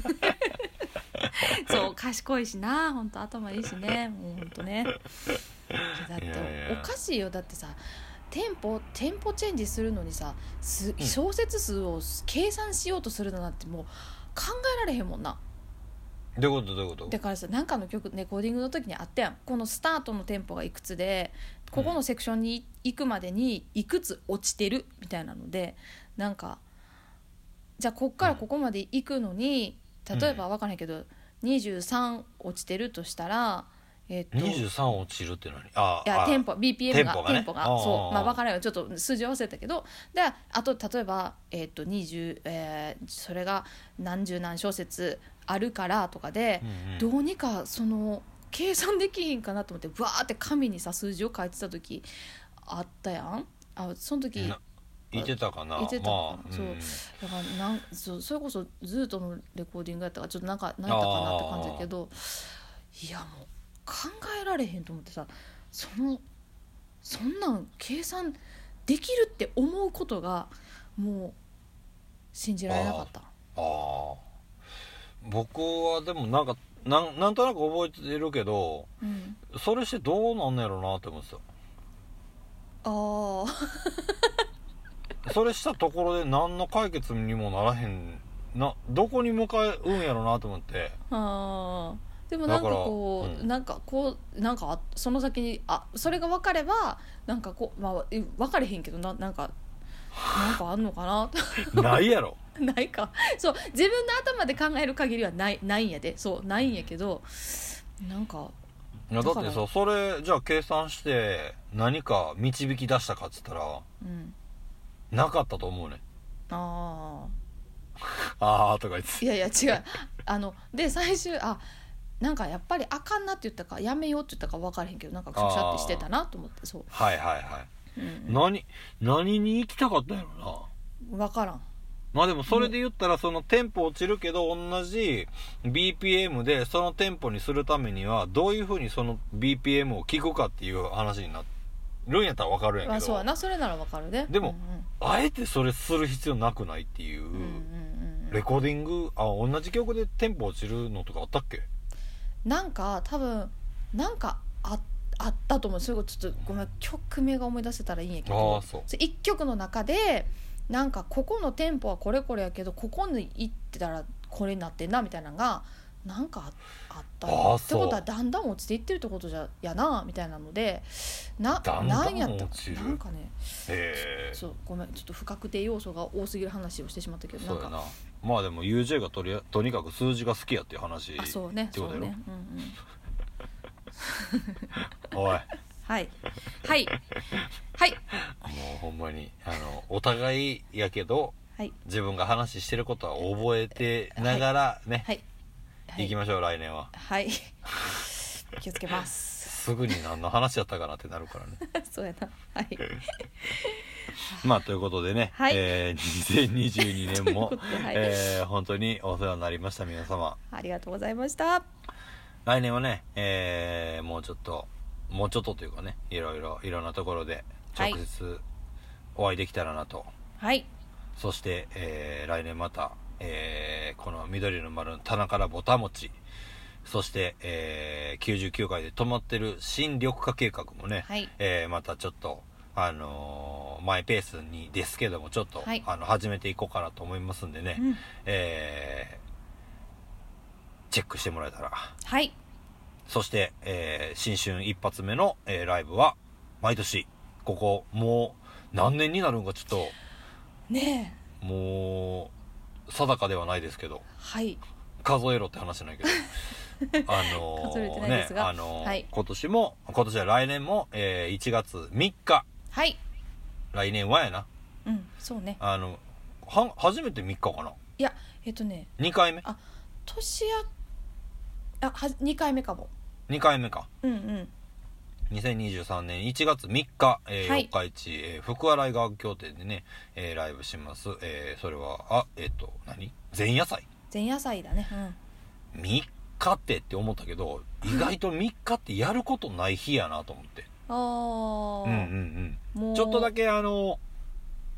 そう賢いしな、ほんと頭いいしね、もうほんとね。だっていやいやおかしいよ。だってさ、店舗店舗チェンジするのにさ、す小節数を計算しようとするのなんてもう考えられへんもんな。 どういうことどういうこと。 だからさ、なんかの曲レコーディングの時にあったやん、このスタートのテンポがいくつでここのセクションに行くまでにいくつ落ちてるみたいなので、なんかじゃあこっからここまで行くのに、例えば分からへんけどにじゅうさん落ちてるとしたら、えっと、 にじゅうさん落ちるって何。あいやテンポ ビーピーエム がテンポが、 ね、 そうまあ分からんよ、ちょっと数字忘れたけど、であと例えば、えっとにじゅう、えー、それが何十何小節あるからとかで、うんうん、どうにかその計算できひんかなと思ってブワーって紙にさ数字を書いてた時あったやん。あその時いてたかな。 いてたかな、 まあ、 そう、 うん、 だからなんそそれこそずっとのレコーディングやったからちょっとなんか何やったかなって感じだけど、いやもう考えられへんと思ってさ、そのそんなん計算できるって思うことがもう信じられなかった。ああ、僕はでもなんかなん、なんとなく覚えてるけど、うん、それしてどうなんのやろうなって思ってた。 ああそれしたところで何の解決にもならへんな、どこに向かうんやろうなと思って。 あでもなんかこう、うん、なんかこうなんかその先にあそれが分かればなんかこう、まあ、分かれへんけどな、なんかなんかあんのかなないやろないか、そう自分の頭で考える限りはないないんやで、そうないんやけど、なんかいやだってさ、それじゃあ計算して何か導き出したかっつったら、うん、なかったと思うね。 あああとか言っていやいや違うあので最終あなんかやっぱりあかんなって言ったかやめようって言ったか分からへんけど、なんかくしゃくしゃってしてたなと思って、そうはいはいはい、うん、何何に行きたかったんやろな、分からん。 まあでもそれで言ったらそのテンポ落ちるけど同じ ビーピーエム でそのテンポにするためにはどういう風にその ビーピーエム を聞くかっていう話になるんやったら分かるんやけど、 あそうやな、それなら分かるね。 でも、うんうん、あえてそれする必要なくないっていう、うんうんうん、レコーディングあ同じ曲でテンポ落ちるのとかあったっけ。 なんか多分なんか あ, あったと思う。それこそちょっとごめん曲名が思い出せたらいいんやけど、 あそういっきょくの中でなんかここのテンポはこれこれやけどここに行ってたらこれになってんなみたいなのがなんかあったよってことはだんだん落ちていってるってことじゃやなみたいなのでなだんだん落ちるなんかねへそうごめんちょっと不確定要素が多すぎる話をしてしまったけどそうやな。まあでも ユージェー がとりあとにかく数字が好きやっていう話あそうねってことやろ。 そうねうんうんおいはいはいはいもうほんまにあのお互いやけど、はい、自分が話してることは覚えてながらね、はいはい、行きましょう来年は。 はい気をつけます。 すぐに何の話やったかなってなるからねそうやなはいまあということでね、はいえー、にせんにじゅうにねんも、はいえー、本当にお世話になりました皆様ありがとうございました。 来年はね、えー、もうちょっともうちょっとというかねいろいろいろんなところで直接お会いできたらなと、 はい、 そして、えー、来年また、えー、この緑の丸の棚からぼたもちそして、えー、きゅうじゅうきゅうかいで止まってる新緑化計画もね、はいえー、またちょっとあのー、マイペースにですけどもちょっと、はい、あの始めていこうかなと思いますんでね、うんえー、チェックしてもらえたらはいそして、えー、新春一発目の、えー、ライブは毎年ここもう何年になるんかちょっとねえもう定かではないですけど、 はい、 数えろって話じゃないけどあのー、 数えれてないですが、 ねあのーはい、 今年も今年は来年も、えー、いちがつみっかはい来年はやなうんそうねあのは初めてみっかかな。 いやえっとねにかいめあ年やあはにかいめかもにかいめかうんうんにせんにじゅうさんねんいちがつみっか、えーはい、四日市、えー、福笑い楽協店でね、えー、ライブします、えー、それはあえっ、ー、と何前夜祭前夜祭だね、 うん、みっかってって思ったけど意外とみっかってやることない日やなと思ってああうんうんうんちょっとだけあの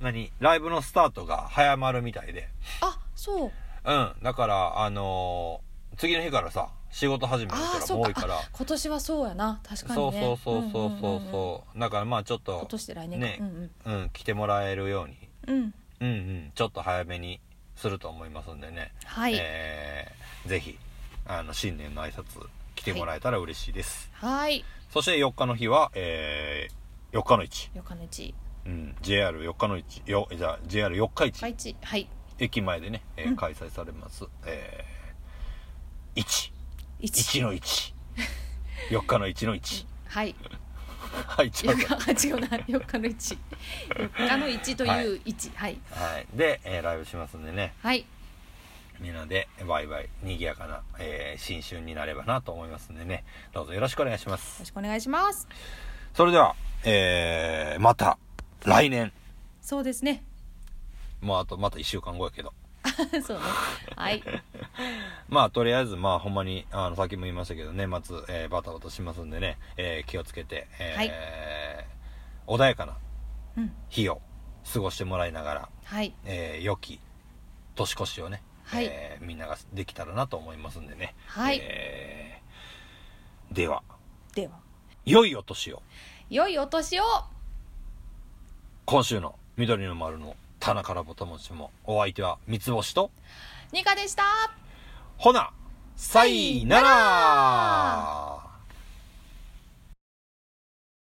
何ライブのスタートが早まるみたいで。 あ、そう。 うんだからあのー、次の日からさ仕事始める人らも多いから、 今年はそうやな、確かにね。 そうそうそうそうそうそう、だからまあちょっと今年で来年ね、 うんうん、来てもらえるように、 うん、うんうんうんちょっと早めにすると思いますんでね、 はい、 えー、ぜひあの新年の挨拶来てもらえたら嬉しいです。 はい、 そしてよっかの日は、えー、よっかの市、 よっかの市、 うん、ジェイアール 四日の市よじゃあ ジェイアール 四日市、 はい、 駅前でね、えーうん、 開催されます、えー、市いち、 いちのいちよっかのいちのいちはいはいちゃうか違うな、よっかのいち、よっかのいちといういち、はい、 はい、で、えーライブしますんでね、 はいみんなでワイワイ賑やかな、えー新春になればなと思いますんでね、どうぞよろしくお願いしまよす。 ろしくお願いします。 それでは、えー、また来年、 そうですねもうあとまたいっしゅうかんごやけどそうね、はいまあとりあえずまあほんまにあのさっきも言いましたけど年末、えーバタバタしますんでね、えー気をつけて、えーはい穏やかなうん日を過ごしてもらいながら、 はいえー良き年越しをね、 はいえーみんなができたらなと思いますんでね、 はいえーではでは良いお年を。 良いお年を。 今週の緑の丸の棚からぼたもちもお相手は三つ星とニカでした。 ほなさいなら。